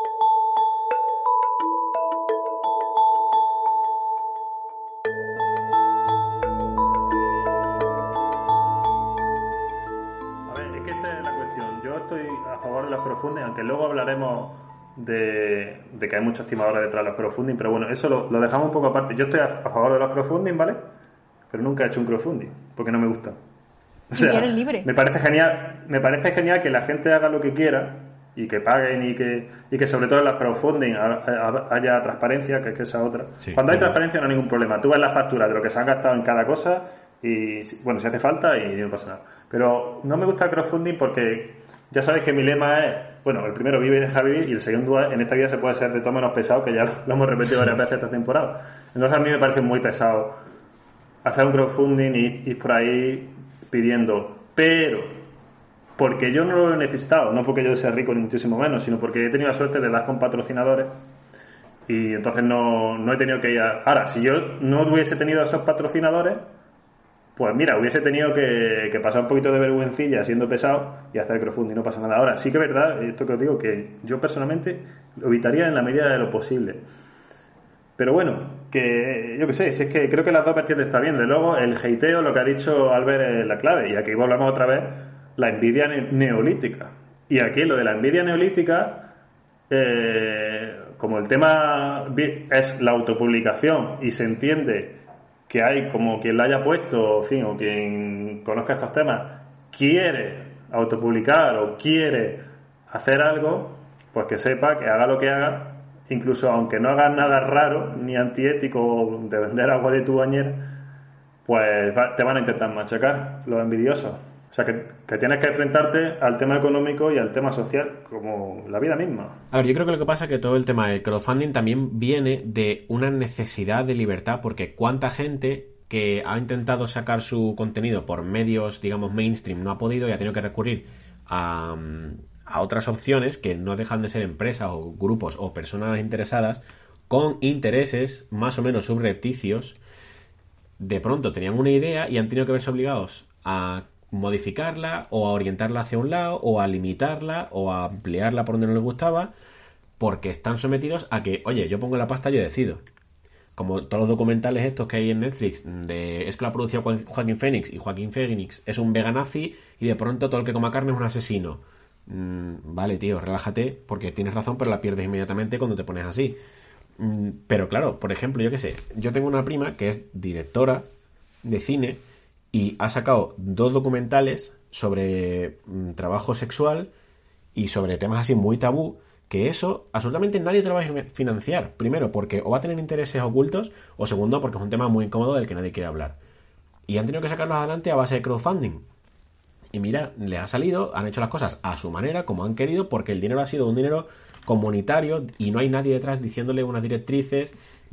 A ver, es que esta es la cuestión. Yo estoy a favor de los crowdfunding, aunque luego hablaremos de, de que hay muchos timadores detrás de los crowdfunding, pero bueno, eso lo, lo dejamos un poco aparte. Yo estoy a, a favor de los crowdfunding, ¿vale? Pero nunca he hecho un crowdfunding, porque no me gusta. O sea, y eres libre. Me parece genial, me parece genial que la gente haga lo que quiera y que paguen y que y que sobre todo en los crowdfunding haya transparencia, que es que esa otra. Sí, Cuando hay claro. transparencia no hay ningún problema. Tú ves la factura de lo que se han gastado en cada cosa y, bueno, si hace falta y no pasa nada. Pero no me gusta el crowdfunding porque ya sabes que mi lema es, bueno, el primero vive y deja vivir y el segundo es, en esta vida se puede ser de todo menos pesado, que ya lo, lo hemos repetido varias veces esta temporada. Entonces a mí me parece muy pesado hacer un crowdfunding y ir por ahí pidiendo, pero porque yo no lo he necesitado, no porque yo sea rico ni muchísimo menos, sino porque he tenido la suerte de dar con patrocinadores y entonces no, no he tenido que ir a... Ahora, si yo no hubiese tenido esos patrocinadores, pues mira, hubiese tenido que, que pasar un poquito de vergüencilla siendo pesado y hacer crowdfunding, no pasa nada. Ahora, sí que es verdad, esto que os digo, que yo personalmente lo evitaría en la medida de lo posible. Pero bueno, que yo qué sé, si es que creo que las dos vertientes están bien. De luego, el hateo, lo que ha dicho Albert es la clave. Y aquí volvemos otra vez, la envidia ne- neolítica. Y aquí lo de la envidia neolítica, eh, como el tema es la autopublicación y se entiende que hay como quien la haya puesto, en fin, o quien conozca estos temas, quiere autopublicar o quiere hacer algo, pues que sepa, que haga lo que haga, incluso aunque no hagas nada raro ni antiético de vender agua de tu bañera, pues te van a intentar machacar los envidiosos. O sea, que, que tienes que enfrentarte al tema económico y al tema social como la vida misma. A ver, yo creo que lo que pasa es que todo el tema del crowdfunding también viene de una necesidad de libertad, porque cuánta gente que ha intentado sacar su contenido por medios, digamos, mainstream, no ha podido y ha tenido que recurrir a... a otras opciones que no dejan de ser empresas o grupos o personas interesadas con intereses más o menos subrepticios. De pronto tenían una idea y han tenido que verse obligados a modificarla o a orientarla hacia un lado o a limitarla o a ampliarla por donde no les gustaba, porque están sometidos a que, oye, yo pongo la pasta, yo decido. Como todos los documentales estos que hay en Netflix de es que lo ha producido Joaquín Phoenix y Joaquín Phoenix es un veganazi y de pronto todo el que coma carne es un asesino. Mm, vale, tío, relájate, porque tienes razón, pero la pierdes inmediatamente cuando te pones así. Mm, pero claro, por ejemplo, yo qué sé, yo tengo una prima que es directora de cine y ha sacado dos documentales sobre mm, trabajo sexual y sobre temas así muy tabú, que eso absolutamente nadie te lo va a financiar. Primero, porque o va a tener intereses ocultos, o segundo, porque es un tema muy incómodo del que nadie quiere hablar. Y han tenido que sacarlos adelante a base de crowdfunding. Y mira, les ha salido, han hecho las cosas a su manera, como han querido, porque el dinero ha sido un dinero comunitario y no hay nadie detrás diciéndole unas directrices,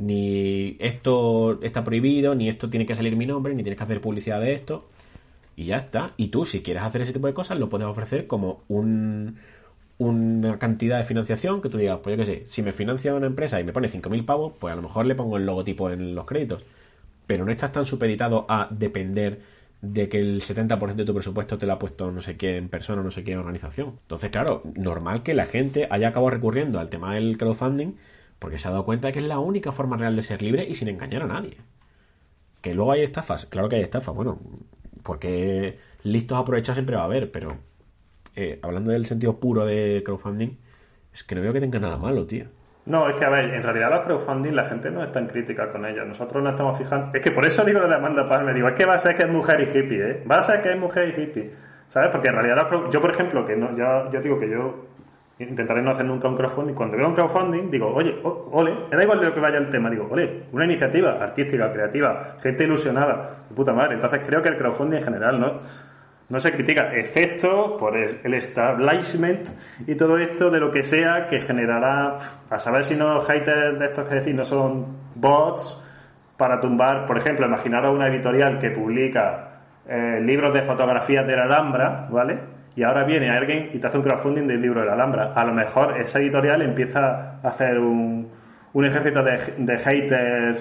ni esto está prohibido, ni esto tiene que salir mi nombre, ni tienes que hacer publicidad de esto. Y ya está. Y tú, si quieres hacer ese tipo de cosas, lo puedes ofrecer como un, una cantidad de financiación que tú digas, pues yo qué sé, si me financia una empresa y me pone cinco mil pavos, pues a lo mejor le pongo el logotipo en los créditos. Pero no estás tan supeditado a depender de que el setenta por ciento de tu presupuesto te lo ha puesto no sé qué en persona, no sé qué organización. Entonces, claro, normal que la gente haya acabado recurriendo al tema del crowdfunding porque se ha dado cuenta de que es la única forma real de ser libre y sin engañar a nadie. Que luego hay estafas, claro que hay estafas, bueno, porque listos aprovechados siempre va a haber, pero eh, hablando del sentido puro de crowdfunding, es que no veo que tenga nada malo, tío. No, es que a ver, en realidad los crowdfunding la gente no es tan crítica con ellos. Nosotros nos estamos fijando... Es que por eso digo lo de Amanda Palmer. Digo, es que va a ser que es mujer y hippie, ¿eh? Va a ser que es mujer y hippie. ¿Sabes? Porque en realidad los... yo, por ejemplo, que no, ya, yo digo que yo intentaré no hacer nunca un crowdfunding. Cuando veo un crowdfunding, digo, oye, oh, ole, me da igual de lo que vaya el tema. Digo, ole, una iniciativa artística, creativa, gente ilusionada, de puta madre. Entonces creo que el crowdfunding en general no... no se critica, excepto por el, el establishment y todo esto de lo que sea que generará, a saber si no haters de estos que decís no son bots para tumbar, por ejemplo, imaginaros una editorial que publica eh, libros de fotografías de la Alhambra, ¿vale? Y ahora viene alguien y te hace un crowdfunding del libro de la Alhambra. A lo mejor esa editorial empieza a hacer un, un ejército de, de haters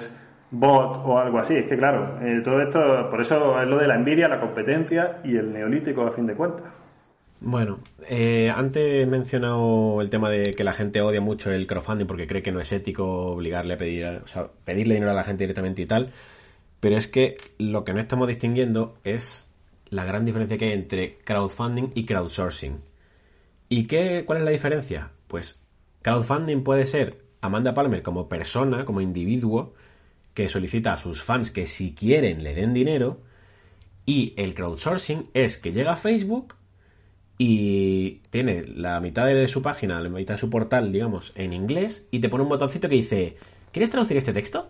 bot o algo así. Es que claro, eh, todo esto, por eso es lo de la envidia, la competencia y el neolítico a fin de cuentas. Bueno, eh, antes he mencionado el tema de que la gente odia mucho el crowdfunding porque cree que no es ético obligarle a pedir, o sea, pedirle dinero a la gente directamente y tal, pero es que lo que no estamos distinguiendo es la gran diferencia que hay entre crowdfunding y crowdsourcing. ¿Y qué, cuál es la diferencia? Pues crowdfunding puede ser Amanda Palmer como persona, como individuo, que solicita a sus fans que si quieren le den dinero, y el crowdsourcing es que llega a Facebook y tiene la mitad de su página, la mitad de su portal, digamos, en inglés, y te pone un botoncito que dice, ¿quieres traducir este texto?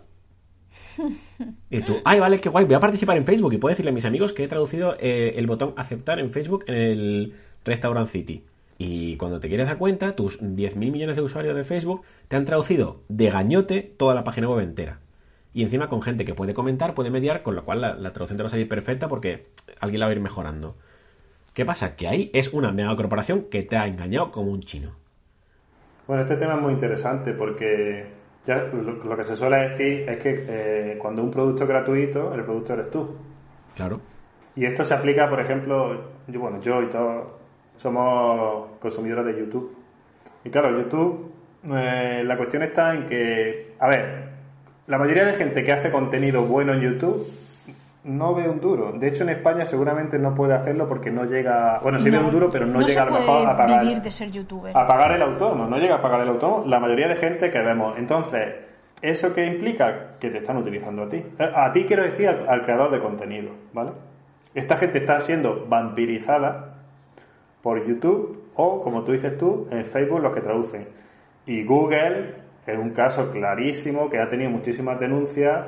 Y tú, ay, vale, qué guay, voy a participar en Facebook y puedo decirle a mis amigos que he traducido eh, el botón aceptar en Facebook en el Restaurant City. Y cuando te quieres dar cuenta, tus diez mil millones de usuarios de Facebook te han traducido de gañote toda la página web entera. Y encima con gente que puede comentar, puede mediar, con lo cual la, la traducción te va a salir perfecta porque alguien la va a ir mejorando. ¿Qué pasa? Que ahí es una mega corporación que te ha engañado como un chino. Bueno, este tema es muy interesante porque ya lo, lo que se suele decir es que eh, cuando un producto es gratuito, el producto eres tú. Claro. Y esto se aplica, por ejemplo, yo, bueno, yo y todos somos consumidores de YouTube. Y claro, YouTube, eh, la cuestión está en que, a ver, la mayoría de gente que hace contenido bueno en YouTube no ve un duro. De hecho, en España seguramente no puede hacerlo porque no llega... Bueno, sí no, ve un duro, pero no, no llega a lo mejor a pagar... vivir de ser youtuber. A pagar el autónomo. No llega a pagar el autónomo la mayoría de gente que vemos. Entonces, ¿eso qué implica? Que te están utilizando a ti. A ti quiero decir al, al creador de contenido, ¿vale? Esta gente está siendo vampirizada por YouTube o, como tú dices tú, en Facebook los que traducen. Y Google es un caso clarísimo que ha tenido muchísimas denuncias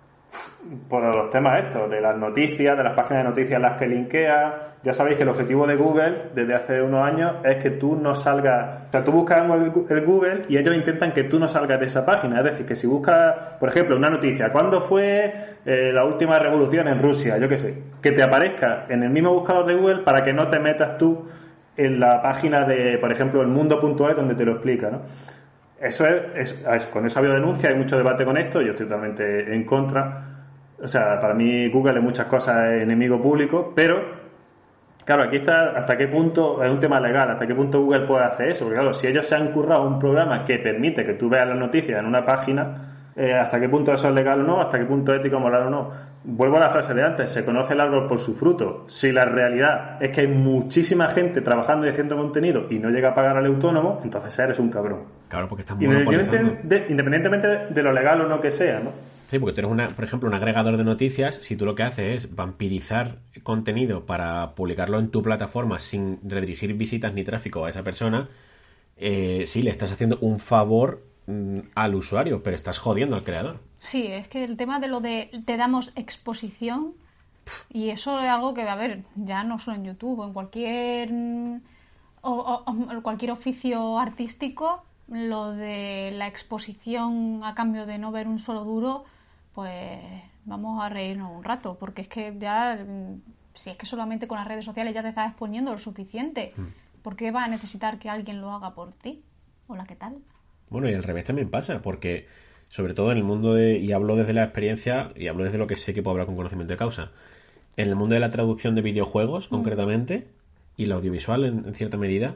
por los temas estos, de las noticias, de las páginas de noticias en las que linkea. Ya sabéis que el objetivo de Google desde hace unos años es que tú no salgas, o sea, tú buscas el Google y ellos intentan que tú no salgas de esa página. Es decir, que si buscas, por ejemplo, una noticia, ¿cuándo fue eh, la última revolución en Rusia? Yo qué sé, que te aparezca en el mismo buscador de Google para que no te metas tú en la página de, por ejemplo, el mundo punto es donde te lo explica, ¿no? Eso es, es, es, con eso ha habido denuncia, hay mucho debate con esto, yo estoy totalmente en contra. O sea, para mí Google en muchas cosas es enemigo público, pero claro, aquí está hasta qué punto, es un tema legal, hasta qué punto Google puede hacer eso, porque claro, si ellos se han currado un programa que permite que tú veas las noticias en una página, eh, hasta qué punto eso es legal o no, hasta qué punto ético o moral o no. Vuelvo a la frase de antes, se conoce el árbol por su fruto. Si la realidad es que hay muchísima gente trabajando y haciendo contenido y no llega a pagar al autónomo, entonces eres un cabrón. Claro, porque estás monopolizando. Independientemente de, independientemente de, de lo legal o no que sea, ¿no? Sí, porque tú eres, una, por ejemplo, un agregador de noticias. Si tú lo que haces es vampirizar contenido para publicarlo en tu plataforma sin redirigir visitas ni tráfico a esa persona, eh, sí, le estás haciendo un favor mm, al usuario, pero estás jodiendo al creador. Sí, es que el tema de lo de te damos exposición, y eso es algo que, a ver, ya no solo en YouTube, o en cualquier, o, o, o cualquier oficio artístico, lo de la exposición a cambio de no ver un solo duro, pues vamos a reírnos un rato, porque es que ya, si es que solamente con las redes sociales ya te estás exponiendo lo suficiente, ¿por qué vas a necesitar que alguien lo haga por ti? Hola, ¿qué tal? Bueno, y al revés también pasa, porque sobre todo en el mundo de, y hablo desde la experiencia, y hablo desde lo que sé que puedo hablar con conocimiento de causa, en el mundo de la traducción de videojuegos, mm. concretamente, y la audiovisual en, en cierta medida,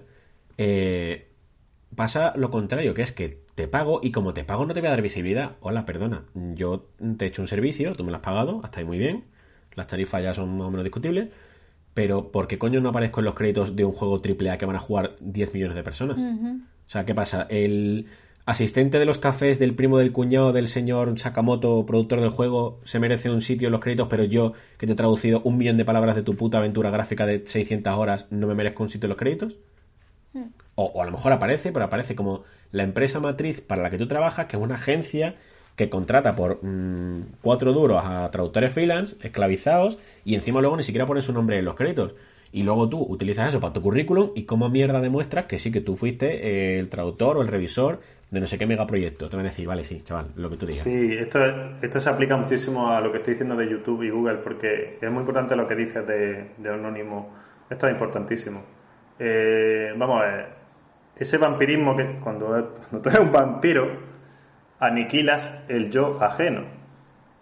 eh, pasa lo contrario, que es que te pago y como te pago no te voy a dar visibilidad. Hola, perdona, yo te he hecho un servicio, tú me lo has pagado, hasta ahí muy bien, las tarifas ya son más o menos discutibles, pero ¿por qué coño no aparezco en los créditos de un juego triple A que van a jugar diez millones de personas? Uh-huh. O sea, ¿qué pasa? El asistente de los cafés del primo del cuñado del señor Sakamoto, productor del juego, se merece un sitio en los créditos, pero yo, que te he traducido un millón de palabras de tu puta aventura gráfica de seiscientas horas, ¿no me merezco un sitio en los créditos? Uh-huh. O, o a lo mejor aparece, pero aparece como la empresa matriz para la que tú trabajas, que es una agencia que contrata por mmm, cuatro duros a traductores freelance, esclavizados, y encima luego ni siquiera pones su nombre en los créditos. Y luego tú utilizas eso para tu currículum y cómo mierda demuestras que sí, que tú fuiste eh, el traductor o el revisor de no sé qué megaproyecto. Te van a decir, vale, sí, chaval, lo que tú digas. Sí, esto, esto se aplica muchísimo a lo que estoy diciendo de YouTube y Google, porque es muy importante lo que dices de, de anónimo. Esto es importantísimo. Eh, vamos a ver, ese vampirismo que cuando, cuando tú eres un vampiro, aniquilas el yo ajeno.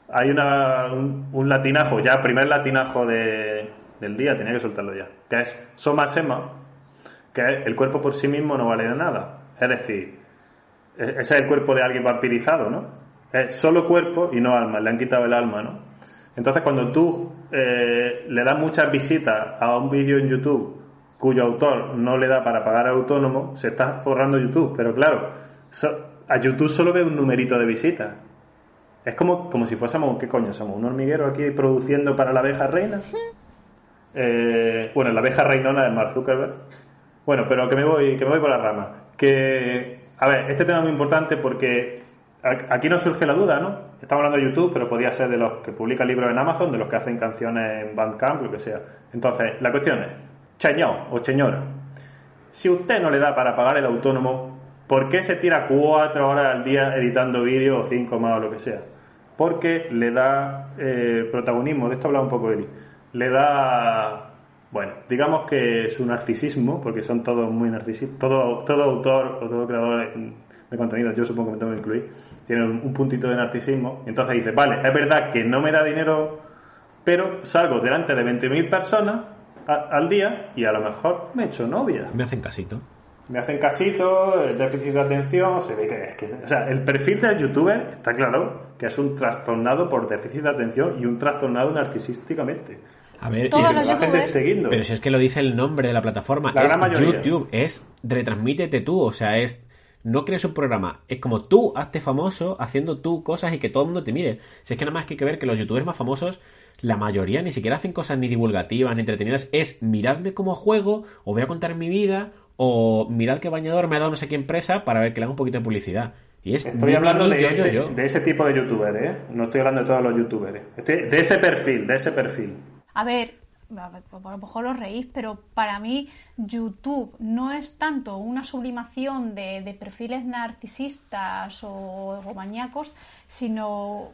hay una, un, un latinajo, ya primer latinajo de, del día, tenía que soltarlo ya, que es soma sema, que es el cuerpo por sí mismo no vale de nada. Es decir, ese es el cuerpo de alguien vampirizado, ¿no? Es solo cuerpo y no alma, le han quitado el alma, ¿no? Entonces, cuando tú eh, le das muchas visitas a un vídeo en YouTube cuyo autor no le da para pagar autónomo, se está forrando YouTube. Pero claro, so, a YouTube solo ve un numerito de visitas. Es como, como si fuésemos, ¿qué coño somos? ¿Un hormiguero aquí produciendo para la abeja reina? Eh, bueno, la abeja reinona de Mark Zuckerberg. Bueno, pero que me voy, que me voy por la rama. Que, a ver, este tema es muy importante porque aquí nos surge la duda, ¿no? Estamos hablando de YouTube, pero podría ser de los que publican libros en Amazon, de los que hacen canciones en Bandcamp, lo que sea. Entonces, la cuestión es, cheñao o señora, si usted no le da para pagar el autónomo, ¿por qué se tira cuatro horas al día editando vídeos o cinco más o lo que sea? Porque le da eh, protagonismo, de esto hablaba un poco Eli, le da, bueno, digamos que su narcisismo, porque son todos muy narcisistas, todo, todo autor o todo creador de contenido, yo supongo que me tengo que incluir, tiene un, un puntito de narcisismo, y entonces dice, vale, es verdad que no me da dinero, pero salgo delante de veinte mil personas a, al día y a lo mejor me echo novia. Me hacen casito. Me hacen casito, el déficit de atención, se ve que es que... O sea, el perfil del youtuber está claro que es un trastornado por déficit de atención y un trastornado narcisísticamente. A ver, todos es, los youtubers, pero si es que lo dice el nombre de la plataforma, la gran es mayoría. YouTube, es retransmítete tú, o sea, es no crees un programa, es como tú hazte famoso haciendo tú cosas y que todo el mundo te mire. Si es que nada más que hay que ver que los youtubers más famosos, la mayoría ni siquiera hacen cosas ni divulgativas ni entretenidas, es miradme cómo juego, o voy a contar mi vida, o mirad qué bañador me ha dado no sé qué empresa para ver que le haga un poquito de publicidad. Y es estoy hablando mi, de, yo, ese, yo, yo. de ese tipo de youtubers, ¿eh? No estoy hablando de todos los youtubers. Estoy de ese perfil, de ese perfil. A ver, a lo mejor os reís, pero para mí YouTube no es tanto una sublimación de, de perfiles narcisistas o egomaníacos, sino,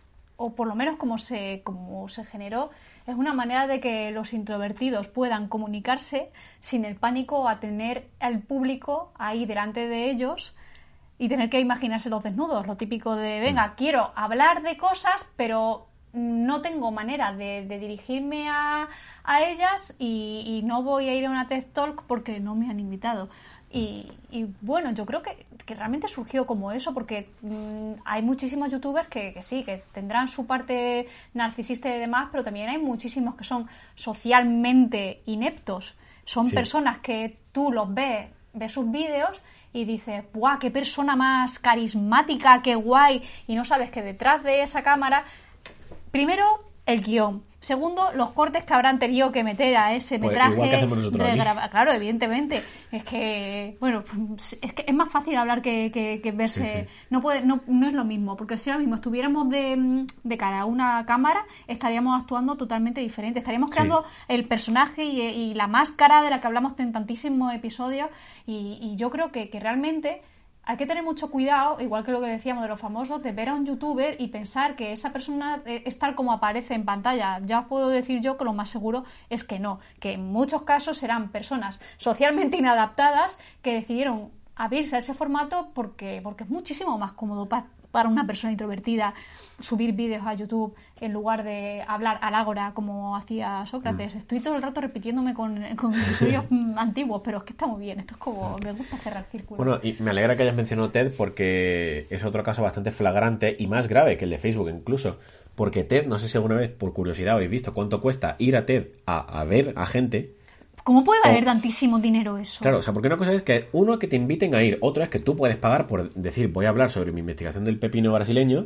o por lo menos como se, como se generó, es una manera de que los introvertidos puedan comunicarse sin el pánico a tener al público ahí delante de ellos y tener que imaginarse los desnudos, lo típico de, venga, quiero hablar de cosas, pero no tengo manera de, de dirigirme a, a ellas y, y no voy a ir a una TED Talk porque no me han invitado. Y, y bueno, yo creo que, que realmente surgió como eso, porque mmm, hay muchísimos youtubers que, que sí, que tendrán su parte narcisista y demás, pero también hay muchísimos que son socialmente ineptos. Son sí. personas que tú los ves, ves sus vídeos y dices, ¡buah, qué persona más carismática, qué guay! Y no sabes que detrás de esa cámara, primero, el guión. Segundo, los cortes que habrán tenido que meter a ese pues metraje. Igual que hacemos nosotros regrava- claro, evidentemente. Es que, bueno, es que es más fácil hablar que, que, que verse. Sí, sí. No puede, no, no es lo mismo, porque si ahora mismo estuviéramos de, de cara a una cámara, estaríamos actuando totalmente diferente. Estaríamos creando sí. el personaje y, y la máscara de la que hablamos en tantísimos episodios. Y, y yo creo que, que realmente hay que tener mucho cuidado, igual que lo que decíamos de los famosos, de ver a un youtuber y pensar que esa persona es tal como aparece en pantalla. Ya os puedo decir yo que lo más seguro es que no, que en muchos casos serán personas socialmente inadaptadas que decidieron abrirse a ese formato porque, porque es muchísimo más cómodo para, para una persona introvertida subir vídeos a YouTube en lugar de hablar al ágora como hacía Sócrates. Mm. Estoy todo el rato repitiéndome con, con episodios antiguos, pero es que está muy bien. Esto es como, me gusta cerrar círculos. Bueno, y me alegra que hayas mencionado TED porque es otro caso bastante flagrante y más grave que el de Facebook incluso. Porque TED, no sé si alguna vez por curiosidad habéis visto cuánto cuesta ir a TED a, a ver a gente. ¿Cómo puede valer o, tantísimo dinero eso? Claro, o sea, porque una cosa es que uno que te inviten a ir, otra es que tú puedes pagar por decir, voy a hablar sobre mi investigación del pepino brasileño,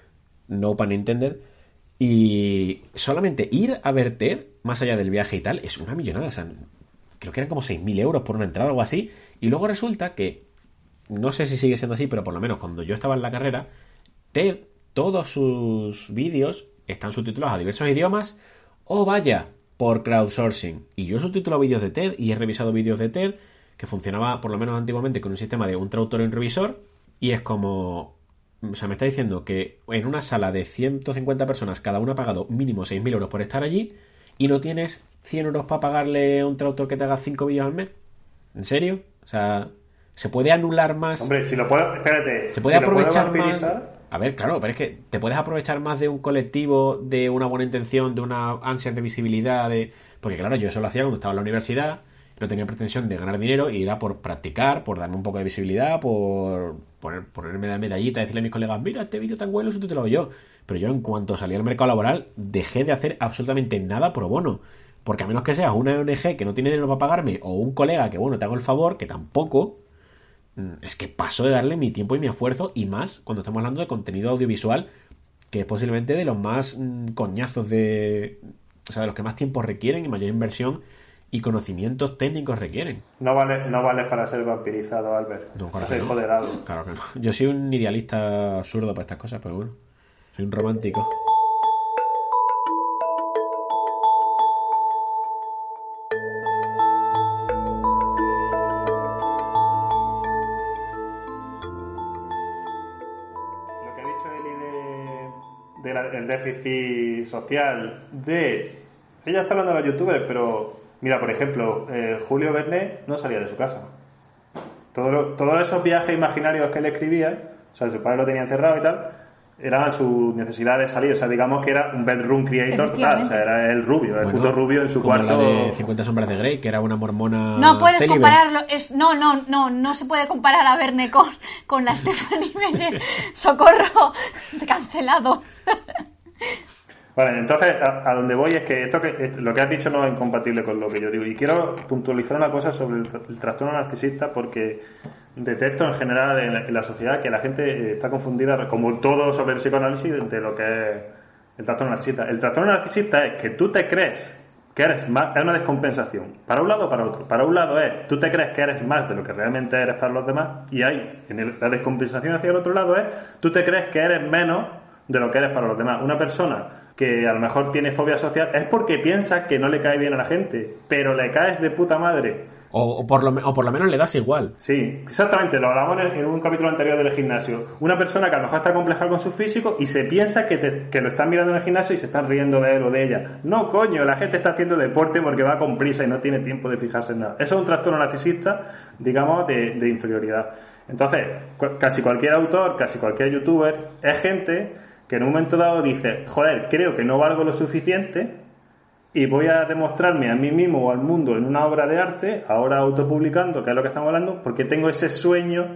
no pun intended, y solamente ir a ver TED, más allá del viaje y tal, es una millonada, o sea, creo que eran como seis mil euros por una entrada o algo así, y luego resulta que, no sé si sigue siendo así, pero por lo menos cuando yo estaba en la carrera, TED, todos sus vídeos están subtitulados a diversos idiomas, ¡oh vaya!, por crowdsourcing. Y yo he subtitulado vídeos de TED y he revisado vídeos de TED que funcionaba por lo menos antiguamente con un sistema de un traductor y un revisor, y es como, o sea, me está diciendo que en una sala de ciento cincuenta personas cada uno ha pagado mínimo seis mil euros por estar allí y no tienes cien euros para pagarle a un traductor que te haga cinco vídeos al mes. ¿En serio? O sea, ¿se puede anular más? Hombre, si lo puedo, espérate, ¿se puede si aprovechar lo puedo más? A ver, claro, pero es que te puedes aprovechar más de un colectivo, de una buena intención, de una ansia de visibilidad, de... Porque claro, yo eso lo hacía cuando estaba en la universidad, no tenía pretensión de ganar dinero y era por practicar, por darme un poco de visibilidad, por poner, ponerme la medallita, decirle a mis colegas, mira, este vídeo tan bueno, eso te lo hago yo. Pero yo en cuanto salí al mercado laboral dejé de hacer absolutamente nada pro bono. Porque a menos que seas una O N G que no tiene dinero para pagarme o un colega que, bueno, te hago el favor, que tampoco, es que paso de darle mi tiempo y mi esfuerzo, y más cuando estamos hablando de contenido audiovisual, que es posiblemente de los más mmm, coñazos de... O sea, de los que más tiempo requieren y mayor inversión y conocimientos técnicos requieren. No vale, no vale para ser vampirizado, Albert. No, claro, Hacer que no. joder algo. Claro que no. Yo soy un idealista absurdo para estas cosas, pero bueno, soy un romántico. Lo que ha dicho Eli de, de la, el déficit social de... Ella está hablando de los youtubers, pero... Mira, por ejemplo, eh, Julio Verne no salía de su casa. Todo lo, todos esos viajes imaginarios que él escribía, o sea, su padre lo tenía encerrado y tal, eran su necesidad de salir. O sea, digamos que era un bedroom creator total. O sea, era el rubio, el bueno, puto rubio en su como cuarto. La de cincuenta sombras de Grey, que era una mormona. No puedes célibe. compararlo. Es, no, no, no, no se puede comparar a Verne con, con la Stephanie Meyer. Socorro, cancelado. Vale, entonces a, a donde voy es que esto que lo que has dicho no es incompatible con lo que yo digo, y quiero puntualizar una cosa sobre el, el trastorno narcisista, porque detecto en general en la, en la sociedad que la gente está confundida, como todo sobre el psicoanálisis, de lo que es el trastorno narcisista. El trastorno narcisista es que tú te crees que eres más, es una descompensación, para un lado o para otro. Para un lado es, tú te crees que eres más de lo que realmente eres para los demás, y ahí, en el, la descompensación hacia el otro lado es, tú te crees que eres menos de lo que eres para los demás. Una persona que a lo mejor tiene fobia social es porque piensa que no le cae bien a la gente, pero le caes de puta madre. O, o, por, lo, o por lo menos le das igual. Sí, exactamente, lo hablamos en, en un capítulo anterior del gimnasio. Una persona que a lo mejor está complejada con su físico y se piensa que, te, que lo están mirando en el gimnasio y se están riendo de él o de ella. No, coño, la gente está haciendo deporte porque va con prisa y no tiene tiempo de fijarse en nada. Eso es un trastorno narcisista, digamos, de, de inferioridad. Entonces, cu- casi cualquier autor, casi cualquier youtuber, es gente que en un momento dado dice, joder, creo que no valgo lo suficiente y voy a demostrarme a mí mismo o al mundo en una obra de arte, ahora autopublicando, que es lo que estamos hablando, porque tengo ese sueño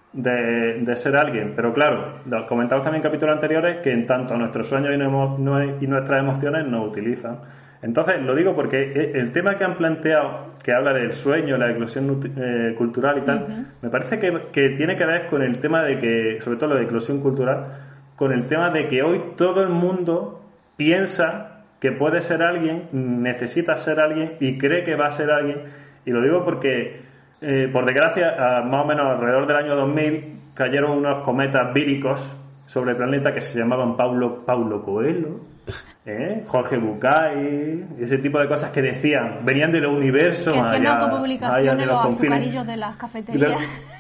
de, de ser alguien. Pero claro, comentamos también en capítulos anteriores que en tanto nuestros sueños y, no, y nuestras emociones nos utilizan. Entonces, lo digo porque el tema que han planteado, que habla del sueño, la eclosión eh, cultural y tal, uh-huh. me parece que, que tiene que ver con el tema de que, sobre todo lo de eclosión cultural, con el tema de que hoy todo el mundo piensa que puede ser alguien, necesita ser alguien y cree que va a ser alguien. Y lo digo porque, eh, por desgracia, a más o menos alrededor del año dos mil cayeron unos cometas víricos sobre el planeta que se llamaban Paulo, Paulo Coelho, ¿eh? Jorge Bucay, ese tipo de cosas que decían, venían de los universos que allá, autopublicación de en los, los confines azucarillos de las cafeterías.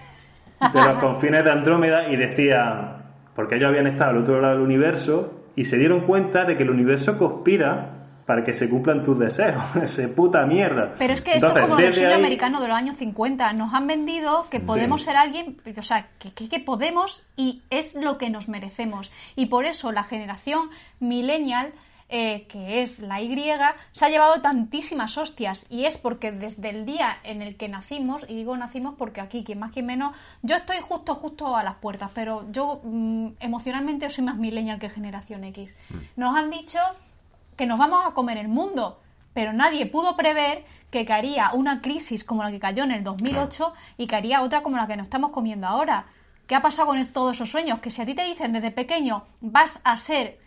De, de los confines de Andrómeda, y decían, porque ellos habían estado al otro lado del universo y se dieron cuenta de que el universo conspira para que se cumplan tus deseos. Ese puta mierda. Pero es que Entonces, esto es como del sueño ahí... americano de los años cincuenta. Nos han vendido que podemos sí. ser alguien, o sea, que, que, que podemos y es lo que nos merecemos. Y por eso la generación millennial, eh, que es la Y, se ha llevado tantísimas hostias. Y es porque desde el día en el que nacimos, y digo nacimos porque aquí, quien más, quien menos, yo estoy justo, justo a las puertas, pero yo mmm, emocionalmente soy más millennial que generación X. Nos han dicho que nos vamos a comer el mundo, pero nadie pudo prever que caería una crisis como la que cayó en el dos mil ocho y caería otra como la que nos estamos comiendo ahora. ¿Qué ha pasado con todos esos sueños? Que si a ti te dicen desde pequeño vas a ser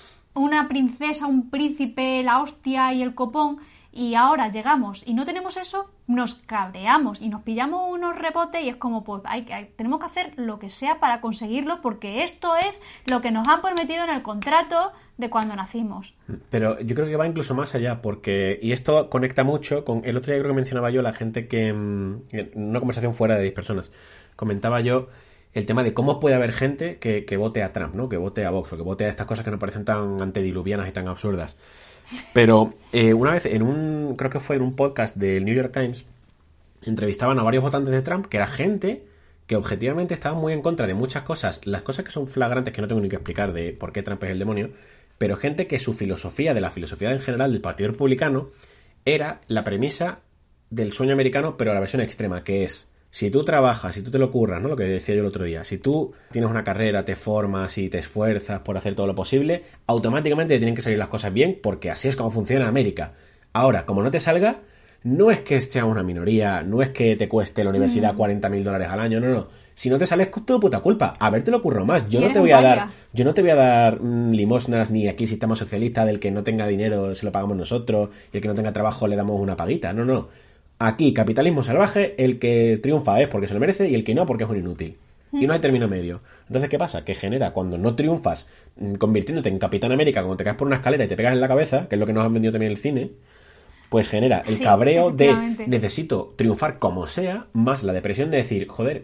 una princesa, un príncipe, la hostia y el copón, y ahora llegamos y no tenemos eso, nos cabreamos y nos pillamos unos rebotes y es como, pues hay, hay, tenemos que hacer lo que sea para conseguirlo porque esto es lo que nos han prometido en el contrato de cuando nacimos. Pero yo creo que va incluso más allá, porque, y esto conecta mucho con, el otro día creo que mencionaba yo la gente que, en una conversación fuera de diez personas, comentaba yo el tema de cómo puede haber gente que, que vote a Trump, ¿no? Que vote a Vox o que vote a estas cosas que nos parecen tan antediluvianas y tan absurdas. Pero eh, una vez en un, creo que fue en un podcast del New York Times, entrevistaban a varios votantes de Trump que era gente que objetivamente estaban muy en contra de muchas cosas, las cosas que son flagrantes que no tengo ni que explicar de por qué Trump es el demonio, pero gente que su filosofía, de la filosofía en general del Partido Republicano, era la premisa del sueño americano, pero a la versión extrema, que es, si tú trabajas, si tú te lo curras, ¿no? Lo que decía yo el otro día, si tú tienes una carrera, te formas y te esfuerzas por hacer todo lo posible, automáticamente te tienen que salir las cosas bien, porque así es como funciona América. Ahora, como no te salga, no es que sea una minoría, no es que te cueste la universidad cuarenta mil dólares al año, no, no. Si no te sales, es tu puta culpa. Habértelo curro más. Yo no te voy a dar, yo no te voy a dar mmm, limosnas ni aquí sistema socialista del que no tenga dinero se lo pagamos nosotros y el que no tenga trabajo le damos una paguita. No, no. Aquí, capitalismo salvaje, el que triunfa es porque se lo merece y el que no porque es un inútil. Y no hay término medio. Entonces, ¿qué pasa? Que genera, cuando no triunfas convirtiéndote en Capitán América, cuando te caes por una escalera y te pegas en la cabeza, que es lo que nos han vendido también el cine, pues genera el sí, cabreo de necesito triunfar como sea, más la depresión de decir, joder,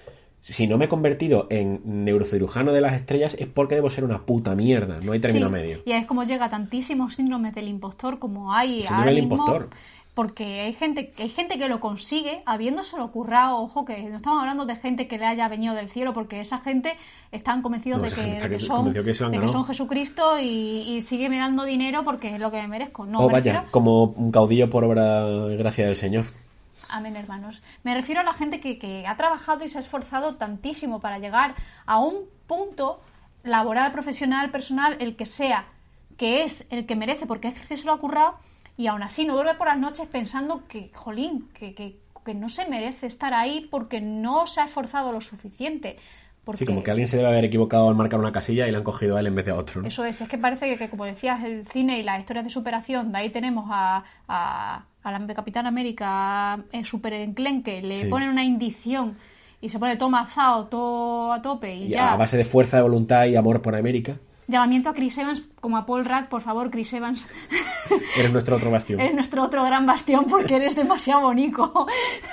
si no me he convertido en neurocirujano de las estrellas es porque debo ser una puta mierda, no hay término sí, medio. Y es como llega tantísimos síndromes del impostor como hay Síndrome ahora del mismo, impostor. porque hay gente, hay gente que lo consigue habiéndoselo currado, ojo, que no estamos hablando de gente que le haya venido del cielo, porque esa gente están convencidos No, de, esa que, gente está de, que, que- son, convencido que se lo han de que ganado. son Jesucristo y, y sigue mirando dinero porque es lo que me merezco. No, O me vaya, refiero- como un caudillo por obra y gracia del Señor. Amén, hermanos. Me refiero a la gente que, que ha trabajado y se ha esforzado tantísimo para llegar a un punto laboral, profesional, personal, el que sea, que es el que merece, porque es que se lo ha currado, y aún así no duerme por las noches pensando que, jolín, que, que, que no se merece estar ahí porque no se ha esforzado lo suficiente. Porque Sí, como que alguien se debe haber equivocado al marcar una casilla y le han cogido a él en vez de a otro, ¿no? Eso es, es que parece que, que, como decías, el cine y las historias de superación, de ahí tenemos a, a, a la Capitán América eh, super enclenque, le Sí. ponen una indición y se pone todo mazado, todo a tope y, Y ya. a base de fuerza de voluntad y amor por América, Llamamiento a Chris Evans como a Paul Rudd, por favor, Chris Evans, eres nuestro otro bastión. eres nuestro otro gran bastión porque eres demasiado bonito.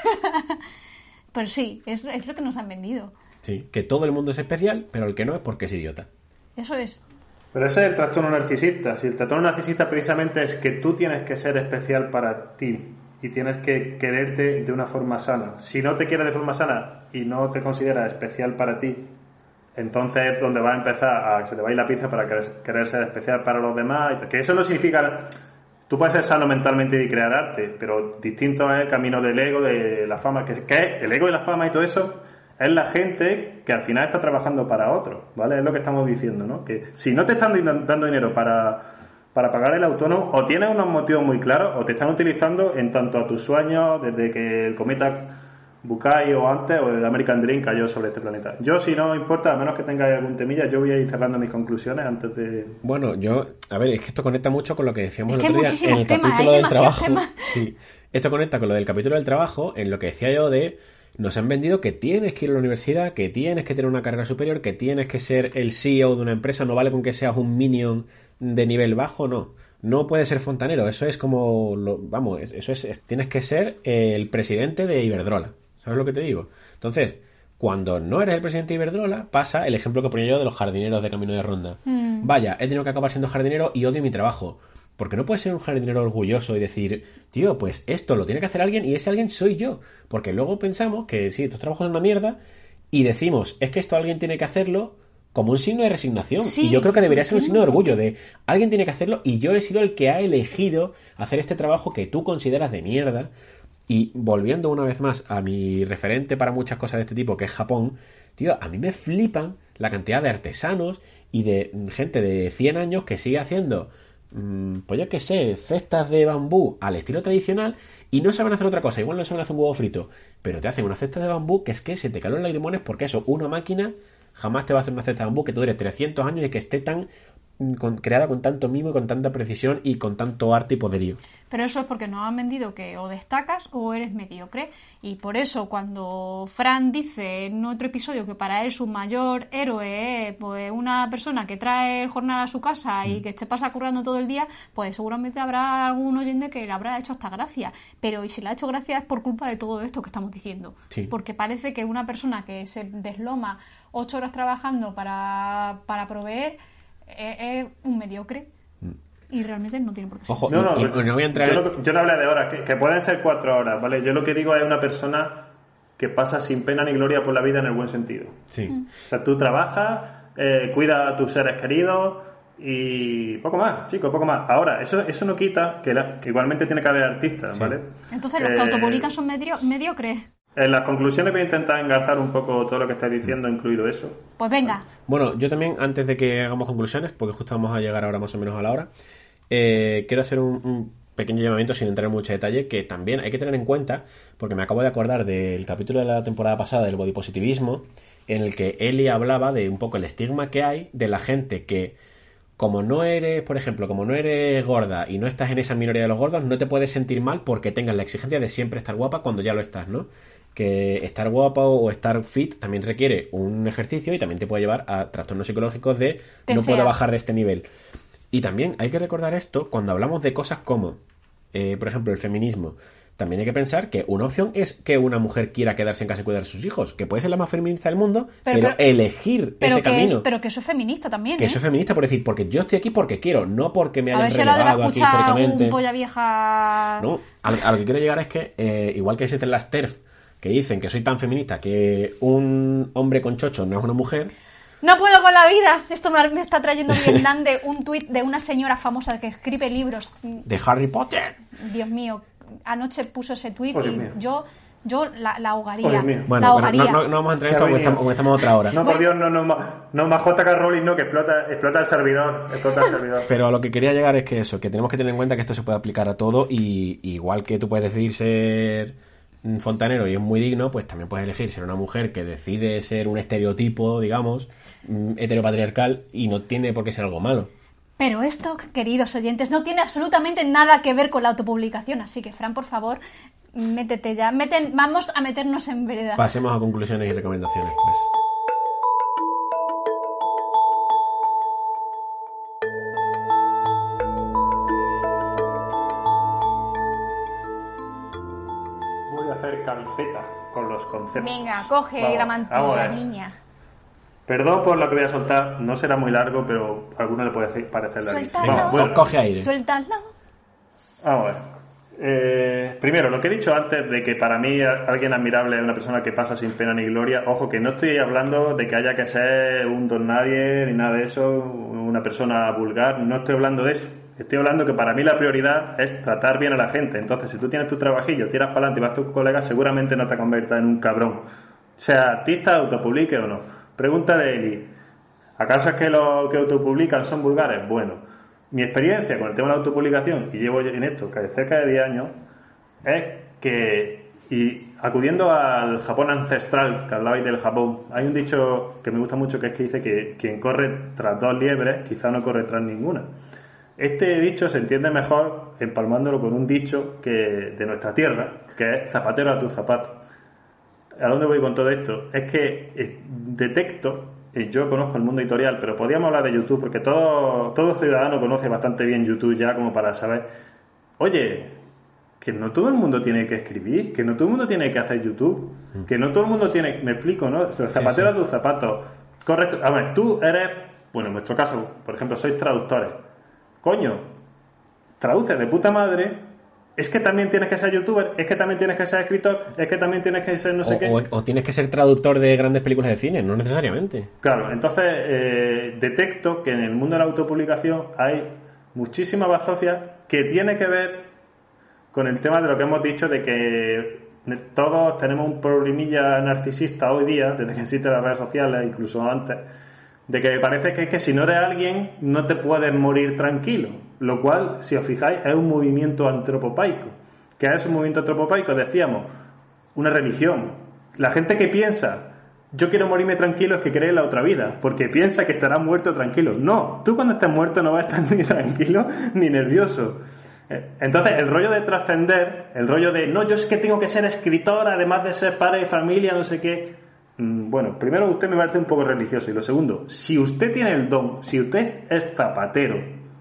Pero sí, es, es lo que nos han vendido. Sí, que todo el mundo es especial, pero el que no es porque es idiota. Eso es. Pero ese es el trastorno narcisista. Si el trastorno narcisista precisamente es que tú tienes que ser especial para ti y tienes que quererte de una forma sana. Si no te quieres de forma sana y no te consideras especial para ti, entonces es donde va a empezar a se te va a ir la pinza para querer, querer ser especial para los demás. Que eso no significa... Tú puedes ser sano mentalmente y crear arte, pero distinto es el camino del ego, de la fama. Que, que el ego y la fama y todo eso es la gente que al final está trabajando para otros, ¿vale? Es lo que estamos diciendo, ¿no? Que si no te están dando dinero para, para pagar el autónomo, o tienes unos motivos muy claros, o te están utilizando en tanto a tus sueños, desde que el cometa Bucay o antes, o el American Dream cayó sobre este planeta. Yo, si no importa, a menos que tengáis algún temilla, yo voy a ir cerrando mis conclusiones antes de... Bueno, yo, a ver, es que esto conecta mucho con lo que decíamos Es el que otro hay día en el muchísimos temas, capítulo hay del demasiados trabajo. temas. Sí, esto conecta con lo del capítulo del trabajo, en lo que decía yo de nos han vendido que tienes que ir a la universidad, que tienes que tener una carrera superior, que tienes que ser el C E O de una empresa, no vale con que seas un minion de nivel bajo, no. No puedes ser fontanero, eso es como, lo, vamos, eso es, es, tienes que ser el presidente de Iberdrola, ¿sabes lo que te digo? Entonces, cuando no eres el presidente de Iberdrola, pasa el ejemplo que ponía yo de los jardineros de Camino de Ronda. Mm. Vaya, he tenido que acabar siendo jardinero y odio mi trabajo. Porque no puedes ser un jardinero orgulloso y decir, tío, pues esto lo tiene que hacer alguien y ese alguien soy yo. Porque luego pensamos que sí, estos trabajos son una mierda y decimos, es que esto alguien tiene que hacerlo como un signo de resignación. Sí, y yo creo que debería ser un signo de orgullo, de alguien tiene que hacerlo y yo he sido el que ha elegido hacer este trabajo que tú consideras de mierda. Y volviendo una vez más a mi referente para muchas cosas de este tipo, que es Japón, tío, a mí me flipan la cantidad de artesanos y de gente de cien años que sigue haciendo... pues yo qué sé, cestas de bambú al estilo tradicional y no saben hacer otra cosa, igual no saben hacer un huevo frito, pero te hacen una cesta de bambú que es que se te caen los lagrimones porque eso, una máquina jamás te va a hacer una cesta de bambú que dure trescientos años y que esté tan con, creada con tanto mimo y con tanta precisión y con tanto arte y poderío. Pero eso es porque nos han vendido que o destacas o eres mediocre. Y por eso cuando Fran dice en otro episodio que para él su mayor héroe es pues, una persona que trae el jornal a su casa y que se pasa currando todo el día, pues seguramente habrá algún oyente que le habrá hecho hasta gracia. Pero y si le ha hecho gracia es por culpa de todo esto que estamos diciendo. Sí. Porque parece que una persona que se desloma ocho horas trabajando para, para proveer es, es un mediocre. Y realmente no tiene por qué ser. Ojo, No, no, y, y no voy a entrar yo, en... no, yo no hablé de horas, que, que pueden ser cuatro horas, ¿vale? Yo lo que digo es una persona que pasa sin pena ni gloria por la vida en el buen sentido. Sí. O sea, tú trabajas, eh, cuida a tus seres queridos y poco más, chicos, poco más. Ahora, eso eso no quita que, la, que igualmente tiene que haber artistas, sí. ¿vale? Entonces, los que eh, autopublican son medio, mediocres. En las conclusiones voy a intentar engarzar un poco todo lo que estáis diciendo, incluido eso. Pues venga. Bueno, yo también, antes de que hagamos conclusiones, porque justo vamos a llegar ahora más o menos a la hora, eh, quiero hacer un, un pequeño llamamiento sin entrar en mucho detalle, que también hay que tener en cuenta, porque me acabo de acordar del capítulo de la temporada pasada del bodypositivismo, en el que Eli hablaba de un poco el estigma que hay de la gente que, como no eres, por ejemplo, como no eres gorda y no estás en esa minoría de los gordos, no te puedes sentir mal porque tengas la exigencia de siempre estar guapa cuando ya lo estás, ¿no? Que estar guapa o estar fit también requiere un ejercicio y también te puede llevar a trastornos psicológicos de Te no fea. puedo bajar de este nivel. Y también hay que recordar esto cuando hablamos de cosas como, eh, por ejemplo, el feminismo. También hay que pensar que una opción es que una mujer quiera quedarse en casa y cuidar a sus hijos, que puede ser la más feminista del mundo, pero, pero, pero elegir pero ese que camino. Es, pero que eso es feminista también, Que ¿eh? eso es feminista por decir, porque yo estoy aquí porque quiero, no porque me a hayan ver si ahora relegado debe aquí escuchar históricamente. un polla vieja... No, a, a lo que quiero llegar es que, eh, igual que existen las T E R F, que dicen que soy tan feminista que un hombre con chocho no es una mujer. No puedo con la vida. Esto me está trayendo Vietnam de un tuit de una señora famosa que escribe libros. De Harry Potter. Dios mío, anoche puso ese tuit oh, y mío. yo yo la, la ahogaría. Oh, Dios mío. Bueno, la bueno ahogaría. no, no, no vamos a entrar en esto porque estamos, porque estamos otra hora. No, por Dios, no, no, no, no más J K Rowling, no, que explota, explota el servidor, explota el servidor. Pero a lo que quería llegar es que eso, que tenemos que tener en cuenta que esto se puede aplicar a todo y igual que tú puedes decidir ser fontanero y es muy digno, pues también puedes elegir ser una mujer que decide ser un estereotipo, digamos, heteropatriarcal y no tiene por qué ser algo malo. Pero esto, queridos oyentes, no tiene absolutamente nada que ver con la autopublicación, así que, Fran, por favor, métete ya. Meten, vamos a meternos en vereda. Pasemos a conclusiones y recomendaciones, pues. Voy a hacer calceta con los conceptos. Venga, coge Vamos, la vamos a mantilla, ver. niña. Perdón por lo que voy a soltar, no será muy largo, pero a alguno le puede parecer larguísimo. Suéltalo. Vamos, bueno, Coge aire. Suéltalo. vamos a ver. Eh, primero, lo que he dicho antes de que para mí alguien admirable es una persona que pasa sin pena ni gloria. Ojo, que no estoy hablando de que haya que ser un don nadie ni nada de eso, una persona vulgar, no estoy hablando de eso. Estoy hablando que para mí la prioridad es tratar bien a la gente. Entonces, si tú tienes tu trabajillo, tiras para adelante y vas a tus colegas, seguramente no te conviertas en un cabrón. Sea artista, autopublique o no. Pregunta de Eli. ¿Acaso es que los que autopublican son vulgares? Bueno, mi experiencia con el tema de la autopublicación, y llevo en esto cerca de diez años, es que, y acudiendo al Japón ancestral, que hablabais del Japón, hay un dicho que me gusta mucho que es que dice que quien corre tras dos liebres, quizá no corre tras ninguna. Este dicho se entiende mejor empalmándolo con un dicho que de nuestra tierra, que es zapatero a tus zapatos. ¿A dónde voy con todo esto? Es que eh, detecto, y yo conozco el mundo editorial, pero podríamos hablar de YouTube, porque todo, todo ciudadano conoce bastante bien YouTube ya como para saber, oye, que no todo el mundo tiene que escribir, que no todo el mundo tiene que hacer YouTube, que no todo el mundo tiene, me explico, ¿no? O sea, zapatero a tus zapatos. Correcto. A ver, tú eres, bueno, en nuestro caso, por ejemplo, sois traductores. Coño, traduces de puta madre. Es que también tienes que ser youtuber, es que también tienes que ser escritor, es que también tienes que ser no sé o, qué. O, o tienes que ser traductor de grandes películas de cine, no necesariamente. Claro, entonces eh, detecto que en el mundo de la autopublicación hay muchísima bazofia que tiene que ver con el tema de lo que hemos dicho de que todos tenemos un problemilla narcisista hoy día, desde que existen las redes sociales, incluso antes, de que parece que es que si no eres alguien no te puedes morir tranquilo, lo cual, si os fijáis, es un movimiento antropopaico. ¿Qué es un movimiento antropopaico? Decíamos, una religión. La gente que piensa, yo quiero morirme tranquilo, es que cree en la otra vida, porque piensa que estará muerto tranquilo. No, tú cuando estés muerto no vas a estar ni tranquilo ni nervioso. Entonces, el rollo de trascender, el rollo de, no, yo es que tengo que ser escritor, además de ser padre de familia, no sé qué. Bueno, primero usted me parece un poco religioso, y lo segundo, si usted tiene el don, si usted es zapatero,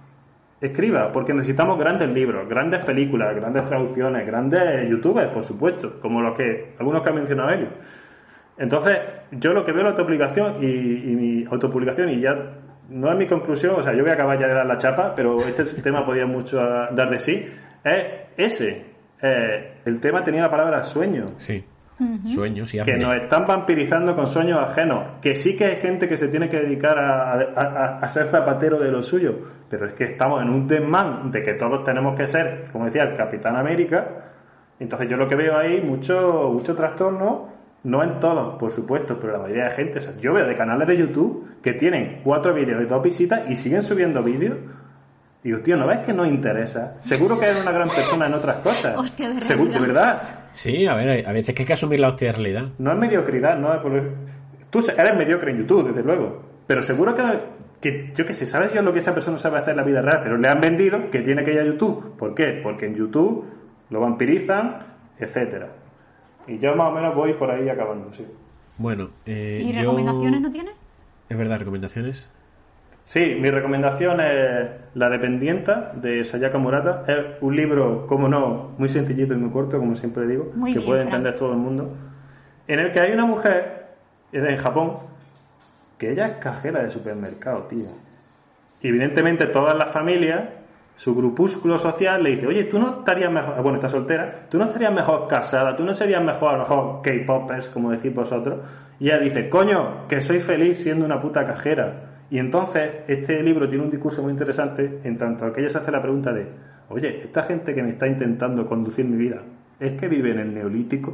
escriba, porque necesitamos grandes libros, grandes películas, grandes traducciones, grandes youtubers, por supuesto, como los que algunos que ha mencionado Elio. Entonces, yo lo que veo en la autopublicación y, y mi autopublicación, y ya no es mi conclusión, o sea, yo voy a acabar ya de dar la chapa, pero este tema podía mucho dar de sí, es ese. Eh, el tema tenía la palabra sueño. Sí. Uh-huh. Sueños y que hambre. nos están vampirizando con sueños ajenos, que sí que hay gente que se tiene que dedicar a, a, a, a ser zapatero de lo suyo, pero es que estamos en un desmán de que todos tenemos que ser, como decía, el Capitán América. Entonces yo lo que veo ahí, mucho, mucho trastorno, no en todos, por supuesto, pero la mayoría de gente, o sea, yo veo de canales de YouTube que tienen cuatro vídeos y dos visitas y siguen subiendo vídeos. Y digo, tío, ¿no ves que no interesa? Seguro que eres una gran persona en otras cosas. Hostia, de Seguro, de verdad. Sí, a ver, a veces que hay que asumir la hostia de realidad. No es mediocridad, no es por... Tú eres mediocre en YouTube, desde luego. Pero seguro que, que yo qué sé, ¿sabes Dios lo que esa persona sabe hacer en la vida real? Pero le han vendido que tiene que ir a YouTube. ¿Por qué? Porque en YouTube lo vampirizan, etcétera. Y yo más o menos voy por ahí acabando, sí. Bueno, eh, ¿Y yo... recomendaciones no tienes? Es verdad, recomendaciones. Sí, mi recomendación es La Dependienta, de Sayaka Murata. Es un libro, como no, muy sencillito y muy corto, como siempre digo, Muy que bien, puede Fran. entender todo el mundo, en el que hay una mujer en Japón que ella es cajera de supermercado, tío. Y evidentemente todas las familias, su grupúsculo social le dice, oye, tú no estarías mejor, bueno, está soltera, tú no estarías mejor casada, tú no serías mejor, a lo mejor K-popers, como decís vosotros. Y ella dice, coño, que soy feliz siendo una puta cajera. Y entonces este libro tiene un discurso muy interesante en tanto que ella se hace la pregunta de, oye, esta gente que me está intentando conducir mi vida, ¿es que vive en el neolítico?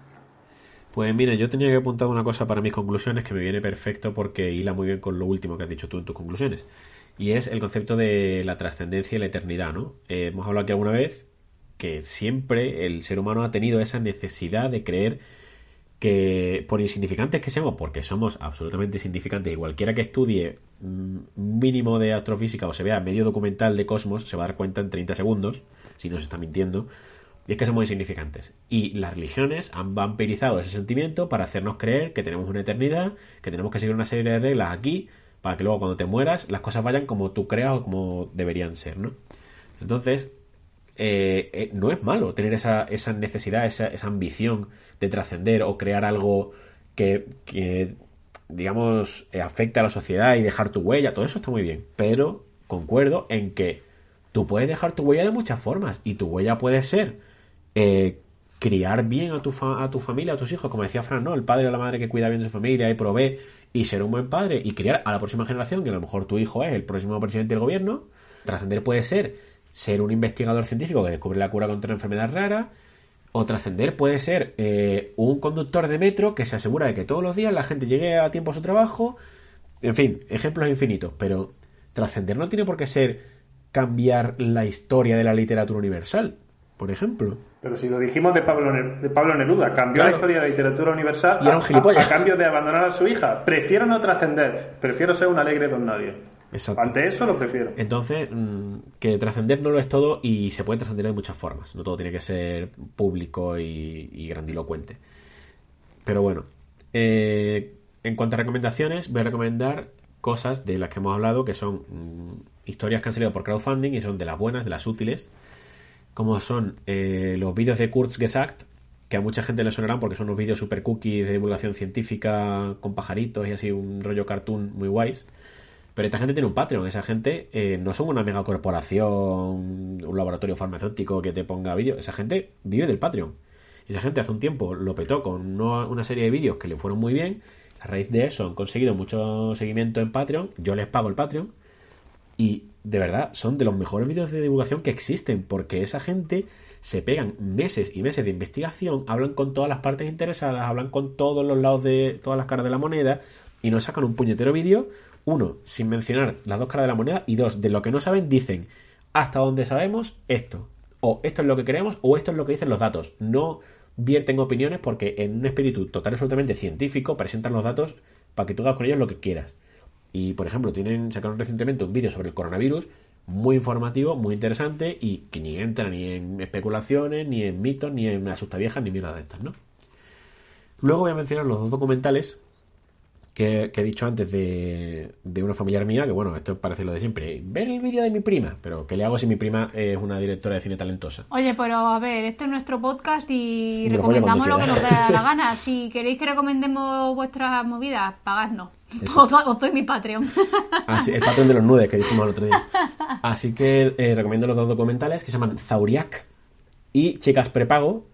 Pues mira, yo tenía que apuntar una cosa para mis conclusiones que me viene perfecto porque hila muy bien con lo último que has dicho tú en tus conclusiones. Y es el concepto de la trascendencia y la eternidad, ¿no? Eh, hemos hablado aquí alguna vez que siempre el ser humano ha tenido esa necesidad de creer que, por insignificantes que seamos, porque somos absolutamente insignificantes, y cualquiera que estudie un mínimo de astrofísica o se vea medio documental de Cosmos se va a dar cuenta en treinta segundos, si no se está mintiendo, y es que somos insignificantes. Y las religiones han vampirizado ese sentimiento para hacernos creer que tenemos una eternidad, que tenemos que seguir una serie de reglas aquí, para que luego cuando te mueras las cosas vayan como tú creas o como deberían ser, ¿no? Entonces, eh, eh, no es malo tener esa, esa necesidad, esa, esa ambición de trascender o crear algo que, que digamos, eh, afecte a la sociedad y dejar tu huella. Todo eso está muy bien, pero concuerdo en que tú puedes dejar tu huella de muchas formas y tu huella puede ser eh, criar bien a tu, fa- a tu familia, a tus hijos, como decía Fran, ¿no? El padre o la madre que cuida bien de su familia y provee y ser un buen padre y criar a la próxima generación, que a lo mejor tu hijo es el próximo presidente del gobierno. Trascender puede ser ser un investigador científico que descubre la cura contra una enfermedad rara. O trascender puede ser eh, un conductor de metro que se asegura de que todos los días la gente llegue a tiempo a su trabajo. En fin, ejemplos infinitos. Pero trascender no tiene por qué ser cambiar la historia de la literatura universal, por ejemplo. Pero si lo dijimos de Pablo, Ne- de Pablo Neruda, cambió Claro. la historia de la literatura universal Y era a, un gilipollas. a- a cambio de abandonar a su hija. Prefiero no trascender, prefiero ser un alegre don nadie. Exacto. Ante eso lo prefiero. Entonces, mmm, que trascender no lo es todo y se puede trascender de muchas formas. No todo tiene que ser público y, y grandilocuente. Pero bueno, eh, en cuanto a recomendaciones, voy a recomendar cosas de las que hemos hablado, que son mmm, historias que han salido por crowdfunding y son de las buenas, de las útiles, como son eh, los vídeos de Kurzgesagt, que a mucha gente le sonarán porque son unos vídeos super cookies de divulgación científica con pajaritos y así un rollo cartoon muy guays. Pero esta gente tiene un Patreon. Esa gente eh, no son una megacorporación, un laboratorio farmacéutico que te ponga vídeos. Esa gente vive del Patreon. Y esa gente hace un tiempo lo petó con una, una serie de vídeos que le fueron muy bien. A raíz de eso han conseguido mucho seguimiento en Patreon. Yo les pago el Patreon. Y de verdad son de los mejores vídeos de divulgación que existen. Porque esa gente se pegan meses y meses de investigación. Hablan con todas las partes interesadas. Hablan con todos los lados de todas las caras de la moneda. Y nos sacan un puñetero vídeo. Uno, sin mencionar las dos caras de la moneda. Y dos, de lo que no saben, dicen hasta donde sabemos esto. O esto es lo que creemos, o esto es lo que dicen los datos. No vierten opiniones porque en un espíritu total y absolutamente científico presentan los datos para que tú hagas con ellos lo que quieras. Y, por ejemplo, tienen sacaron recientemente un vídeo sobre el coronavirus muy informativo, muy interesante y que ni entra ni en especulaciones, ni en mitos, ni en asustaviejas, ni mierda de estas, ¿no? Luego voy a mencionar los dos documentales Que, que he dicho antes de, de una familiar mía, que bueno, esto parece lo de siempre, ver el vídeo de mi prima, pero ¿qué le hago si mi prima es una directora de cine talentosa? Oye, pero a ver, este es nuestro podcast y Me lo follo recomendamos lo cuando que nos quiera. dé la gana. Si queréis que recomendemos vuestras movidas, pagadnos. Exacto. Os, do- os doy mi Patreon. Así, el patrón de los nudes que dijimos el otro día. Así que eh, recomiendo los dos documentales que se llaman Zauriak y Chicas Prepago,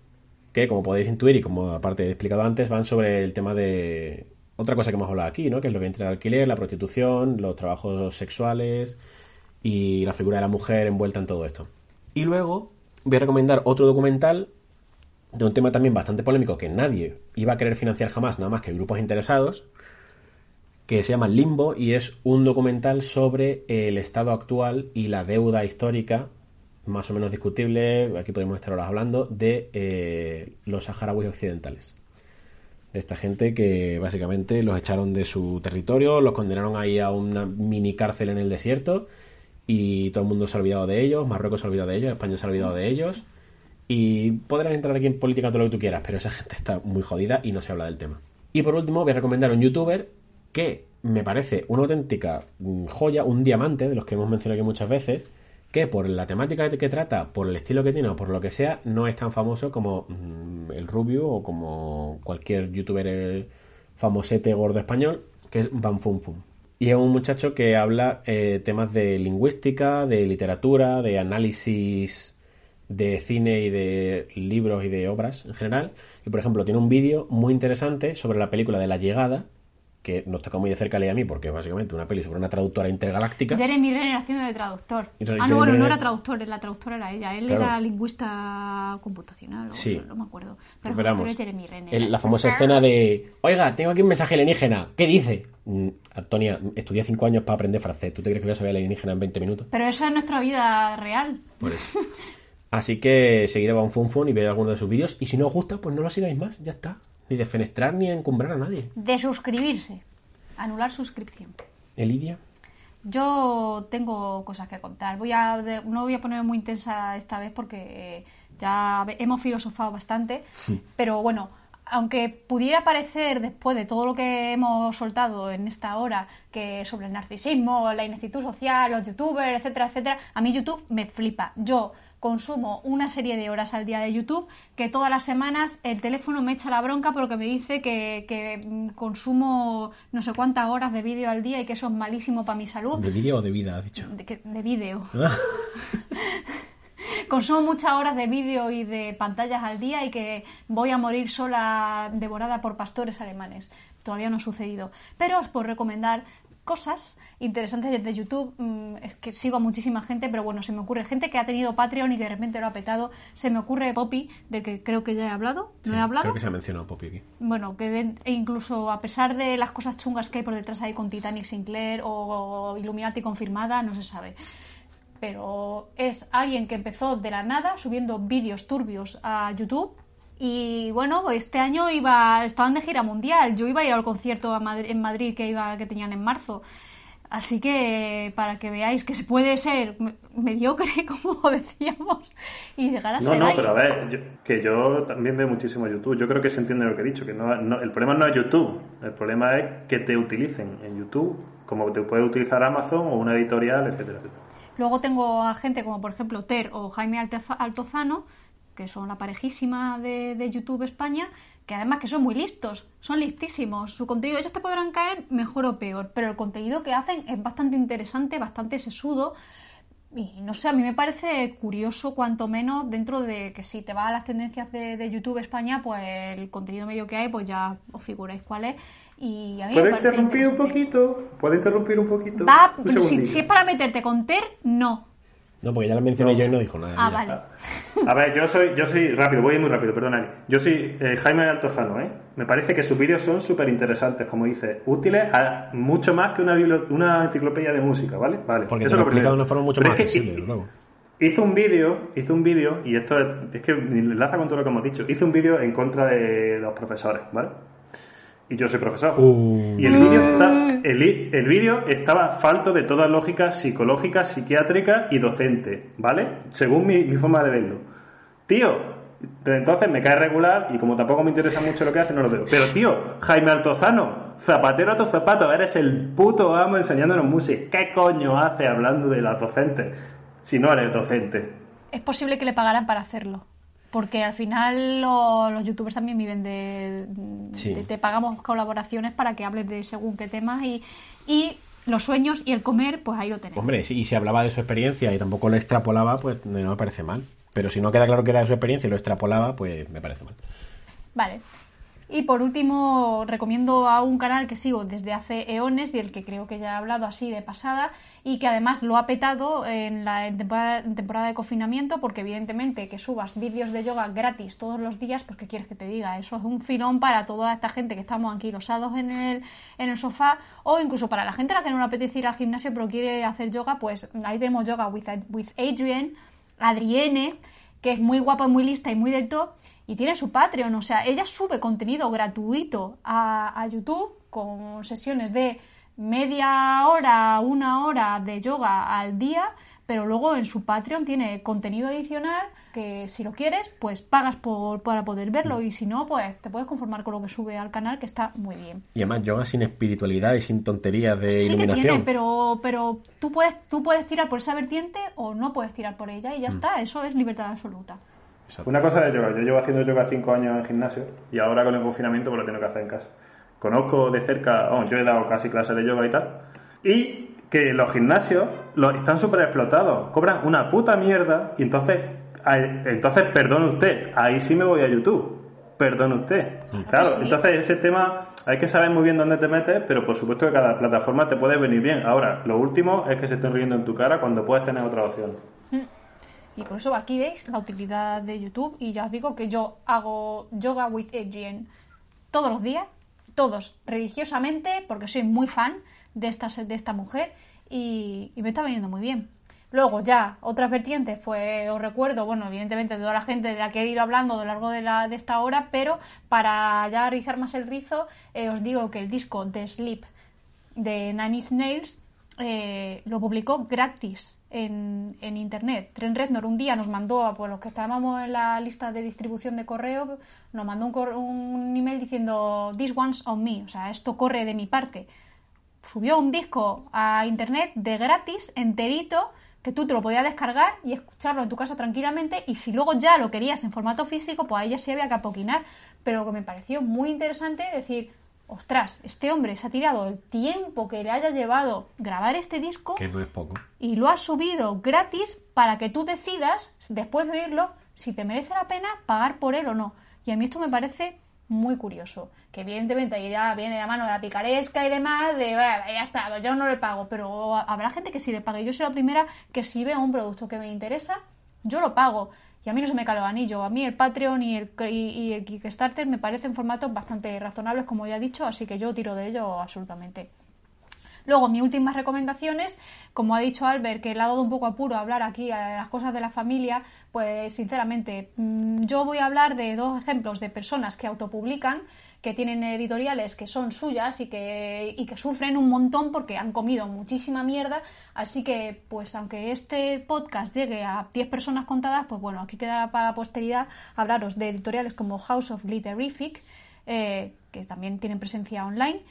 que, como podéis intuir y como aparte he explicado antes, van sobre el tema de otra cosa que hemos hablado aquí, ¿no? Que es lo que entra el alquiler, la prostitución, los trabajos sexuales y la figura de la mujer envuelta en todo esto. Y luego voy a recomendar otro documental de un tema también bastante polémico que nadie iba a querer financiar jamás, nada más que grupos interesados, que se llama Limbo, y es un documental sobre el estado actual y la deuda histórica, más o menos discutible, aquí podemos estar horas hablando, de eh, los saharauis occidentales. De esta gente que básicamente los echaron de su territorio, los condenaron ahí a una mini cárcel en el desierto y todo el mundo se ha olvidado de ellos, Marruecos se ha olvidado de ellos, España se ha olvidado de ellos, y podrás entrar aquí en política todo lo que tú quieras, pero esa gente está muy jodida y no se habla del tema. Y por último voy a recomendar a un youtuber que me parece una auténtica joya, un diamante de los que hemos mencionado aquí muchas veces, que por la temática que trata, por el estilo que tiene o por lo que sea, no es tan famoso como mmm, el Rubio o como cualquier youtuber famosete gordo español, que es Banfunfun. Y es un muchacho que habla eh, temas de lingüística, de literatura, de análisis de cine y de libros y de obras en general. Y por ejemplo tiene un vídeo muy interesante sobre la película de La Llegada, que nos toca muy de cerca leer a mí porque es básicamente una peli sobre una traductora intergaláctica. Jeremy Renner haciendo de traductor. Y ah, no, bueno, no era traductor, la traductora era ella. Él claro. Era lingüista computacional, o sí. no me acuerdo. Pero, pero vamos, pero es Jeremy Renner. El, la famosa escena de, oiga, tengo aquí un mensaje alienígena, ¿qué dice? Mm, Antonia, estudié cinco años para aprender francés, ¿tú te crees que voy a saber alienígena en veinte minutos? Pero eso es nuestra vida real. Por eso. Así que seguid a Banfunfun y veid alguno de sus vídeos, y si no os gusta, pues no lo sigáis más, ya está. Ni de fenestrar ni de encumbrar a nadie. De suscribirse. Anular suscripción. ¿Elidia? Yo tengo cosas que contar. Voy a de, no voy a poner muy intensa esta vez porque ya hemos filosofado bastante. Sí. Pero bueno, aunque pudiera parecer después de todo lo que hemos soltado en esta hora, que sobre el narcisismo, la ineptitud social, los youtubers, etcétera, etcétera, a mí YouTube me flipa. Yo consumo una serie de horas al día de YouTube que todas las semanas el teléfono me echa la bronca porque me dice que, que consumo no sé cuántas horas de vídeo al día y que eso es malísimo para mi salud. ¿De vídeo o de vida, has dicho? De, de vídeo. Consumo muchas horas de vídeo y de pantallas al día y que voy a morir sola devorada por pastores alemanes. Todavía no ha sucedido. Pero os puedo recomendar cosas interesantes desde YouTube. Es que sigo a muchísima gente, pero bueno, se me ocurre gente que ha tenido Patreon y que de repente lo ha petado. Se me ocurre Poppy, del que creo que ya he hablado. ¿No sí, he hablado? Creo que se ha mencionado Poppy aquí. Bueno, que de, e incluso a pesar de las cosas chungas que hay por detrás ahí con Titanic Sinclair o Illuminati confirmada, no se sabe. Pero es alguien que empezó de la nada subiendo vídeos turbios a YouTube. Y bueno, este año iba estaban de gira mundial. Yo iba a ir al concierto a Madrid, en Madrid que iba que tenían en marzo. Así que para que veáis que se puede ser mediocre, como decíamos, y llegar a no, ser No, no, ahí. pero a ver, yo, que yo también veo muchísimo YouTube. Yo creo que se entiende lo que he dicho, que no, no, el problema no es YouTube. El problema es que te utilicen en YouTube, como te puede utilizar Amazon o una editorial, etcétera, etcétera. Luego tengo a gente como por ejemplo Ter o Jaime Altozano, que son la parejísima de, de YouTube España, que además que son muy listos, son listísimos. Su contenido, ellos te podrán caer mejor o peor, pero el contenido que hacen es bastante interesante, bastante sesudo. Y no sé, a mí me parece curioso, cuanto menos, dentro de que si te vas a las tendencias de, de YouTube España, pues el contenido medio que hay, pues ya os figuráis cuál es. Y a mí ¿Puedo me interrumpir un poquito? ¿Puedo interrumpir un poquito? Va, un si, si es para meterte con Ter, no. No, porque ya la mencioné no. yo y no dijo nada. Ah, ya. vale. A ver, yo soy, yo soy rápido, voy muy rápido, perdona. Yo soy eh, Jaime Altozano, ¿eh? Me parece que sus vídeos son súper interesantes, como dice, útiles a mucho más que una, bibli- una enciclopedia de música, ¿vale? Vale. Porque eso te lo lo explica de primero. una forma mucho Pero más es que accesible, luego. Hizo un vídeo, hizo un vídeo, y esto es, es que enlaza con todo lo que hemos dicho, hizo un vídeo en contra de los profesores, ¿vale? Y yo soy profesor. Uh. Y el vídeo está, el, el vídeo estaba falto de toda lógica psicológica, psiquiátrica y docente, ¿vale? Según mi, mi forma de verlo. Tío, entonces me cae regular y como tampoco me interesa mucho lo que hace, no lo veo. Pero tío, Jaime Altozano, zapatero a tus zapatos, eres el puto amo enseñándonos música. ¿Qué coño hace hablando de las docentes si no eres docente? Es posible que le pagaran para hacerlo. Porque al final los, los youtubers también viven de, sí. de... Te pagamos colaboraciones para que hables de según qué temas y, y los sueños y el comer, pues ahí lo tenemos. Hombre, sí, y si hablaba de su experiencia y tampoco lo extrapolaba, pues no me parece mal. Pero si no queda claro que era su experiencia y lo extrapolaba, pues me parece mal. Vale. Y por último, recomiendo a un canal que sigo desde hace eones y el que creo que ya he hablado así de pasada y que además lo ha petado en la en temporada, en temporada de confinamiento, porque evidentemente que subas vídeos de yoga gratis todos los días, pues ¿qué quieres que te diga? Eso es un filón para toda esta gente que estamos anquilosados en el, en el sofá, o incluso para la gente a la que no le apetece ir al gimnasio pero quiere hacer yoga, pues ahí tenemos Yoga with, with Adriene, Adriene, que es muy guapa, muy lista y muy de todo. Y tiene su Patreon, o sea, ella sube contenido gratuito a, a YouTube con sesiones de media hora, una hora de yoga al día, pero luego en su Patreon tiene contenido adicional que si lo quieres, pues pagas por, para poder verlo y si no, pues te puedes conformar con lo que sube al canal, que está muy bien. Y además yoga sin espiritualidad y sin tonterías de sí iluminación. Que tiene, pero, pero tú, puedes, tú puedes tirar por esa vertiente o no puedes tirar por ella y ya mm. está, eso es libertad absoluta. Una cosa de yoga, yo llevo haciendo yoga cinco años en gimnasio y ahora con el confinamiento pues lo tengo que hacer en casa. Conozco de cerca, oh, yo he dado casi clases de yoga y tal, y que los gimnasios los, están súper explotados, cobran una puta mierda y entonces, entonces perdone usted, ahí sí me voy a YouTube, perdone usted. Mm. Claro, sí. Entonces ese tema hay que saber muy bien dónde te metes, pero por supuesto que cada plataforma te puede venir bien. Ahora, lo último es que se estén riendo en tu cara cuando puedes tener otra opción. Mm. Y por eso aquí veis la utilidad de YouTube y ya os digo que yo hago Yoga with Adriene todos los días, todos religiosamente, porque soy muy fan de esta, de esta mujer y, y me está viniendo muy bien. Luego ya, otras vertientes, pues os recuerdo, bueno, evidentemente de toda la gente de la que he ido hablando a lo largo de, la, de esta hora, pero para ya rizar más el rizo, eh, os digo que el disco de Sleep de Nine Inch Nails eh, lo publicó gratis en, en internet. Trent Reznor un día nos mandó, pues los que estábamos en la lista de distribución de correo, nos mandó un, cor- un email diciendo "This one's on me", o sea, esto corre de mi parte. Subió un disco a internet de gratis, enterito, que tú te lo podías descargar y escucharlo en tu casa tranquilamente, y si luego ya lo querías en formato físico, pues ahí ya sí había que apoquinar. Pero lo que me pareció muy interesante es decir, ostras, este hombre se ha tirado el tiempo que le haya llevado grabar este disco, que no es poco, y lo ha subido gratis para que tú decidas, después de oírlo, si te merece la pena pagar por él o no. Y a mí esto me parece muy curioso, que evidentemente ahí ya viene de la mano de la picaresca y demás, de bueno, ya está, yo no le pago, pero habrá gente que sí le pague. Yo soy la primera que si veo un producto que me interesa, yo lo pago. Y a mí no se me cae el anillo. A mí el Patreon y el, y, y el Kickstarter me parecen formatos bastante razonables, como ya he dicho, así que yo tiro de ello absolutamente. Luego, mis últimas recomendaciones, como ha dicho Albert, que le ha dado un poco apuro a hablar aquí a las cosas de la familia, pues sinceramente, yo voy a hablar de dos ejemplos de personas que autopublican, que tienen editoriales que son suyas y que, y que sufren un montón porque han comido muchísima mierda, así que, pues aunque este podcast llegue a diez personas contadas, pues bueno, aquí quedará para la posteridad hablaros de editoriales como House of Glitterific, eh, que también tienen presencia online,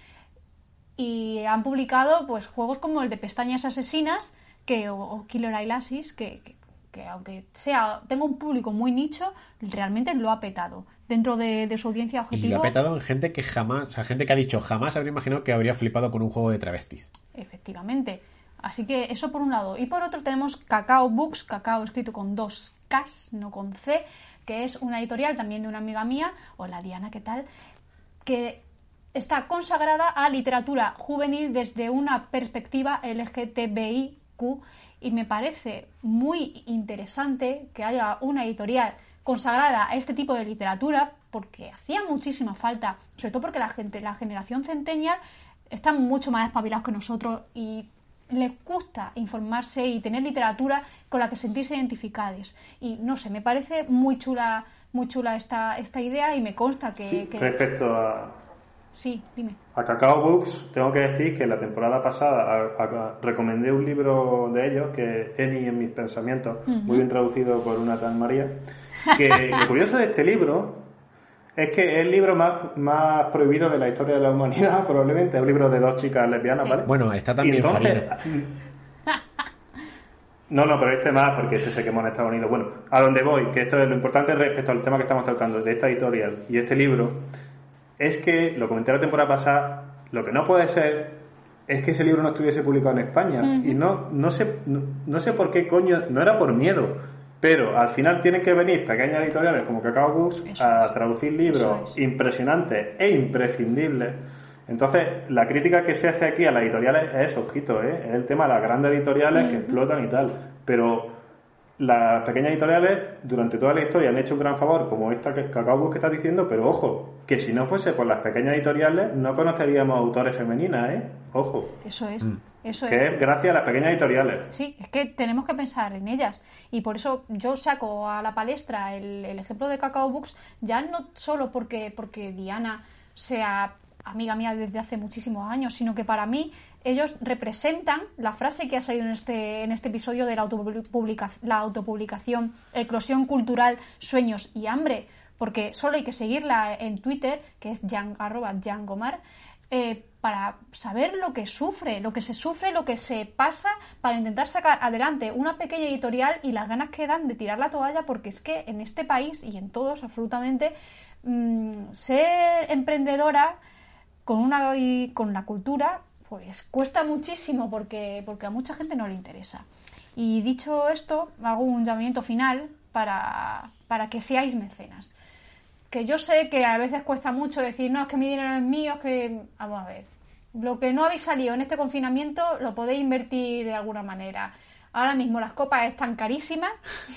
y han publicado pues juegos como el de Pestañas Asesinas que, o, o Killer Eyelashes, que, que, que aunque sea tenga un público muy nicho, realmente lo ha petado dentro de, de su audiencia objetivo. Y lo ha petado en gente que jamás, o sea, gente que ha dicho jamás habría imaginado que habría flipado con un juego de travestis. Efectivamente. Así que eso por un lado. Y por otro tenemos Cacao Books, Cacao escrito con dos Ks, no con C, que es una editorial también de una amiga mía, hola Diana, ¿qué tal?, que está consagrada a literatura juvenil desde una perspectiva L G T B I Q, y me parece muy interesante que haya una editorial consagrada a este tipo de literatura, porque hacía muchísima falta, sobre todo porque la gente, la generación centennial, están mucho más espabilados que nosotros y les gusta informarse y tener literatura con la que sentirse identificados. Y no sé, me parece muy chula, muy chula esta, esta idea, y me consta que, sí, que... respecto a Sí, dime. A Cacao Books, tengo que decir que la temporada pasada a, a, recomendé un libro de ellos, que es Eni en mis pensamientos, uh-huh. muy bien traducido por una tal María, que lo curioso de este libro es que es el libro más, más prohibido de la historia de la humanidad, probablemente. Es un libro de dos chicas lesbianas, sí. ¿vale? Bueno, está también entonces, No, no, pero este más, porque este se quemó en Estados Unidos. Bueno, a donde voy, que esto es lo importante respecto al tema que estamos tratando, de esta editorial y este libro, es que, lo comenté la temporada pasada, lo que no puede ser es que ese libro no estuviese publicado en España. Uh-huh. Y no, no sé no, no sé por qué coño, no era por miedo. Pero al final tienen que venir pequeñas editoriales como Cacao Books Eso a es. traducir libros Eso es. impresionantes e imprescindibles. Entonces, la crítica que se hace aquí a las editoriales es, ojito, ¿eh? Es el tema de las grandes editoriales que explotan y tal. Pero las pequeñas editoriales, durante toda la historia, han hecho un gran favor, como esta que Cacao Books que estás diciendo, pero ojo, que si no fuese por las pequeñas editoriales, no conoceríamos autores femeninas, ¿eh? Ojo. Eso es, eso Que es. es gracias a las pequeñas editoriales. Sí, es que tenemos que pensar en ellas. Y por eso yo saco a la palestra el, el ejemplo de Cacao Books, ya no solo porque, porque Diana sea amiga mía desde hace muchísimos años, sino que para mí ellos representan la frase que ha salido en este, en este episodio de la, autopublica, la autopublicación, eclosión cultural, sueños y hambre, porque solo hay que seguirla en Twitter, que es Jan, arroba Jan Gomar, eh, para saber lo que sufre, lo que se sufre, lo que se pasa para intentar sacar adelante una pequeña editorial y las ganas que dan de tirar la toalla, porque es que en este país y en todos absolutamente mmm, ser emprendedora con una y con la cultura pues cuesta muchísimo porque, porque a mucha gente no le interesa. Y dicho esto, hago un llamamiento final para, para que seáis mecenas. Que yo sé que a veces cuesta mucho decir, no, es que mi dinero es mío, es que... Vamos a ver. Lo que no habéis salido en este confinamiento lo podéis invertir de alguna manera. Ahora mismo las copas están carísimas.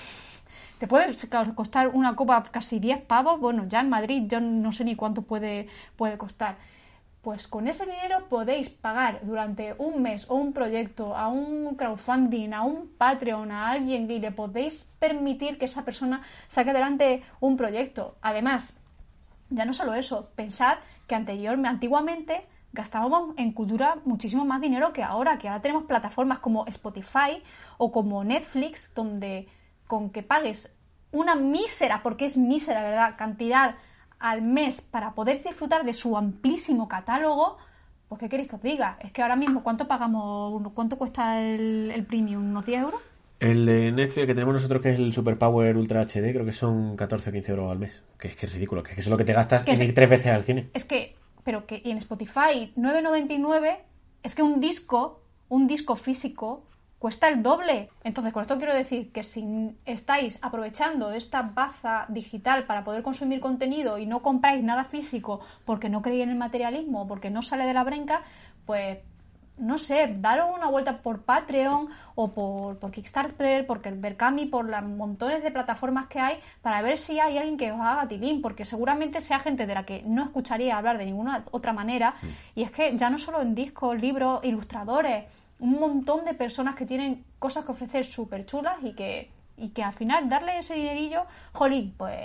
Te puede costar una copa casi diez pavos. Bueno, ya en Madrid yo no sé ni cuánto puede, puede costar. Pues con ese dinero podéis pagar durante un mes o un proyecto, a un crowdfunding, a un Patreon, a alguien y le podéis permitir que esa persona saque adelante un proyecto. Además, ya no solo eso, pensad que anteriormente, antiguamente gastábamos en cultura muchísimo más dinero que ahora, que ahora tenemos plataformas como Spotify o como Netflix, donde con que pagues una mísera, porque es mísera, ¿verdad?, cantidad al mes para poder disfrutar de su amplísimo catálogo, pues ¿qué queréis que os diga? Es que ahora mismo, ¿cuánto pagamos? ¿Cuánto cuesta el, el premium? ¿Unos diez euros? El de Netflix que tenemos nosotros, que es el Superpower Ultra H D, creo que son catorce o quince euros al mes. Que es que es ridículo, que es que eso es lo que te gastas en ir tres veces al cine. Es que, pero que y en Spotify, nueve noventa y nueve, es que un disco, un disco físico cuesta el doble. Entonces, con esto quiero decir que si estáis aprovechando de esta baza digital para poder consumir contenido y no compráis nada físico porque no creéis en el materialismo, porque no sale de la brenca, pues, no sé, daros una vuelta por Patreon o por, por Kickstarter, por Berkami, por las montones de plataformas que hay, para ver si hay alguien que os haga tilín, porque seguramente sea gente de la que no escucharía hablar de ninguna otra manera. Sí. Y es que ya no solo en discos, libros, ilustradores, un montón de personas que tienen cosas que ofrecer súper chulas y que, y que al final darle ese dinerillo, jolín, pues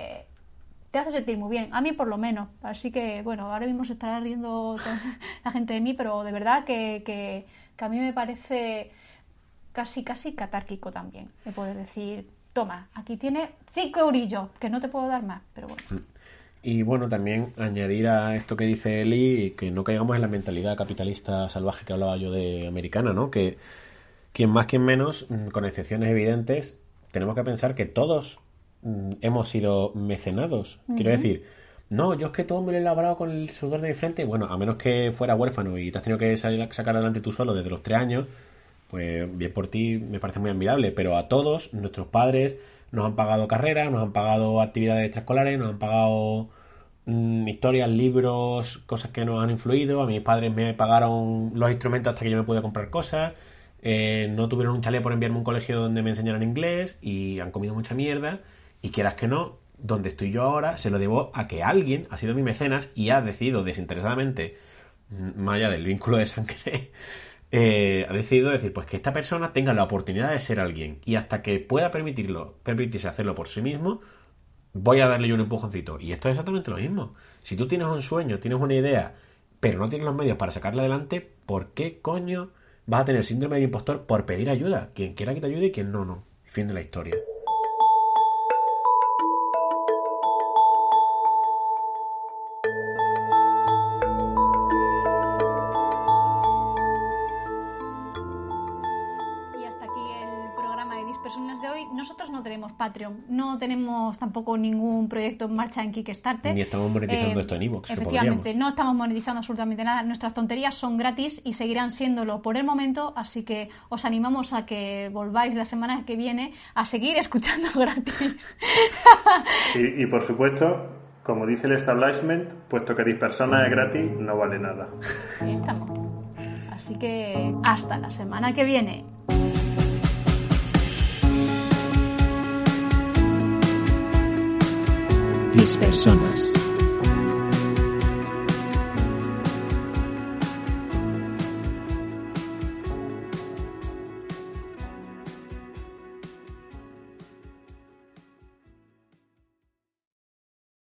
te hace sentir muy bien, a mí por lo menos. Así que, bueno, ahora mismo se estará riendo toda la gente de mí, pero de verdad que, que, que a mí me parece casi, casi catárquico también de poder decir, toma, aquí tienes cinco eurillos, que no te puedo dar más, pero bueno. Y bueno, también añadir a esto que dice Eli, que no caigamos en la mentalidad capitalista salvaje que hablaba yo de americana, ¿no? Que quien más, quien menos, con excepciones evidentes, tenemos que pensar que todos mm, hemos sido mecenados. Uh-huh. Quiero decir, no, yo es que todo me lo he labrado con el sudor de mi frente. Bueno, a menos que fuera huérfano y te has tenido que salir, sacar adelante tú solo desde los tres años, pues bien por ti, me parece muy admirable. Pero a todos, nuestros padres nos han pagado carreras, nos han pagado actividades extraescolares, nos han pagado mmm, historias, libros, cosas que nos han influido. A mis padres me pagaron los instrumentos hasta que yo me pude comprar cosas. Eh, no tuvieron un chalet por enviarme a un colegio donde me enseñaran inglés y han comido mucha mierda. Y quieras que no, donde estoy yo ahora se lo debo a que alguien ha sido mi mecenas y ha decidido desinteresadamente, más allá del vínculo de sangre, Eh, ha decidido decir, pues que esta persona tenga la oportunidad de ser alguien y hasta que pueda permitirlo, permitirse hacerlo por sí mismo, voy a darle yo un empujoncito. Y esto es exactamente lo mismo. Si tú tienes un sueño, tienes una idea, pero no tienes los medios para sacarla adelante, ¿por qué coño vas a tener síndrome de impostor por pedir ayuda? Quien quiera que te ayude y quien no, no. Fin de la historia. Patreon. No tenemos tampoco ningún proyecto en marcha en Kickstarter. Ni estamos monetizando Eh, esto en iVoox. Efectivamente, no estamos monetizando absolutamente nada. Nuestras tonterías son gratis y seguirán siéndolo por el momento, así que os animamos a que volváis la semana que viene a seguir escuchando gratis. Y, y por supuesto, como dice el establishment, puesto que dispersona es gratis, no vale nada. Ahí estamos. Así que hasta la semana que viene. Dispersonas.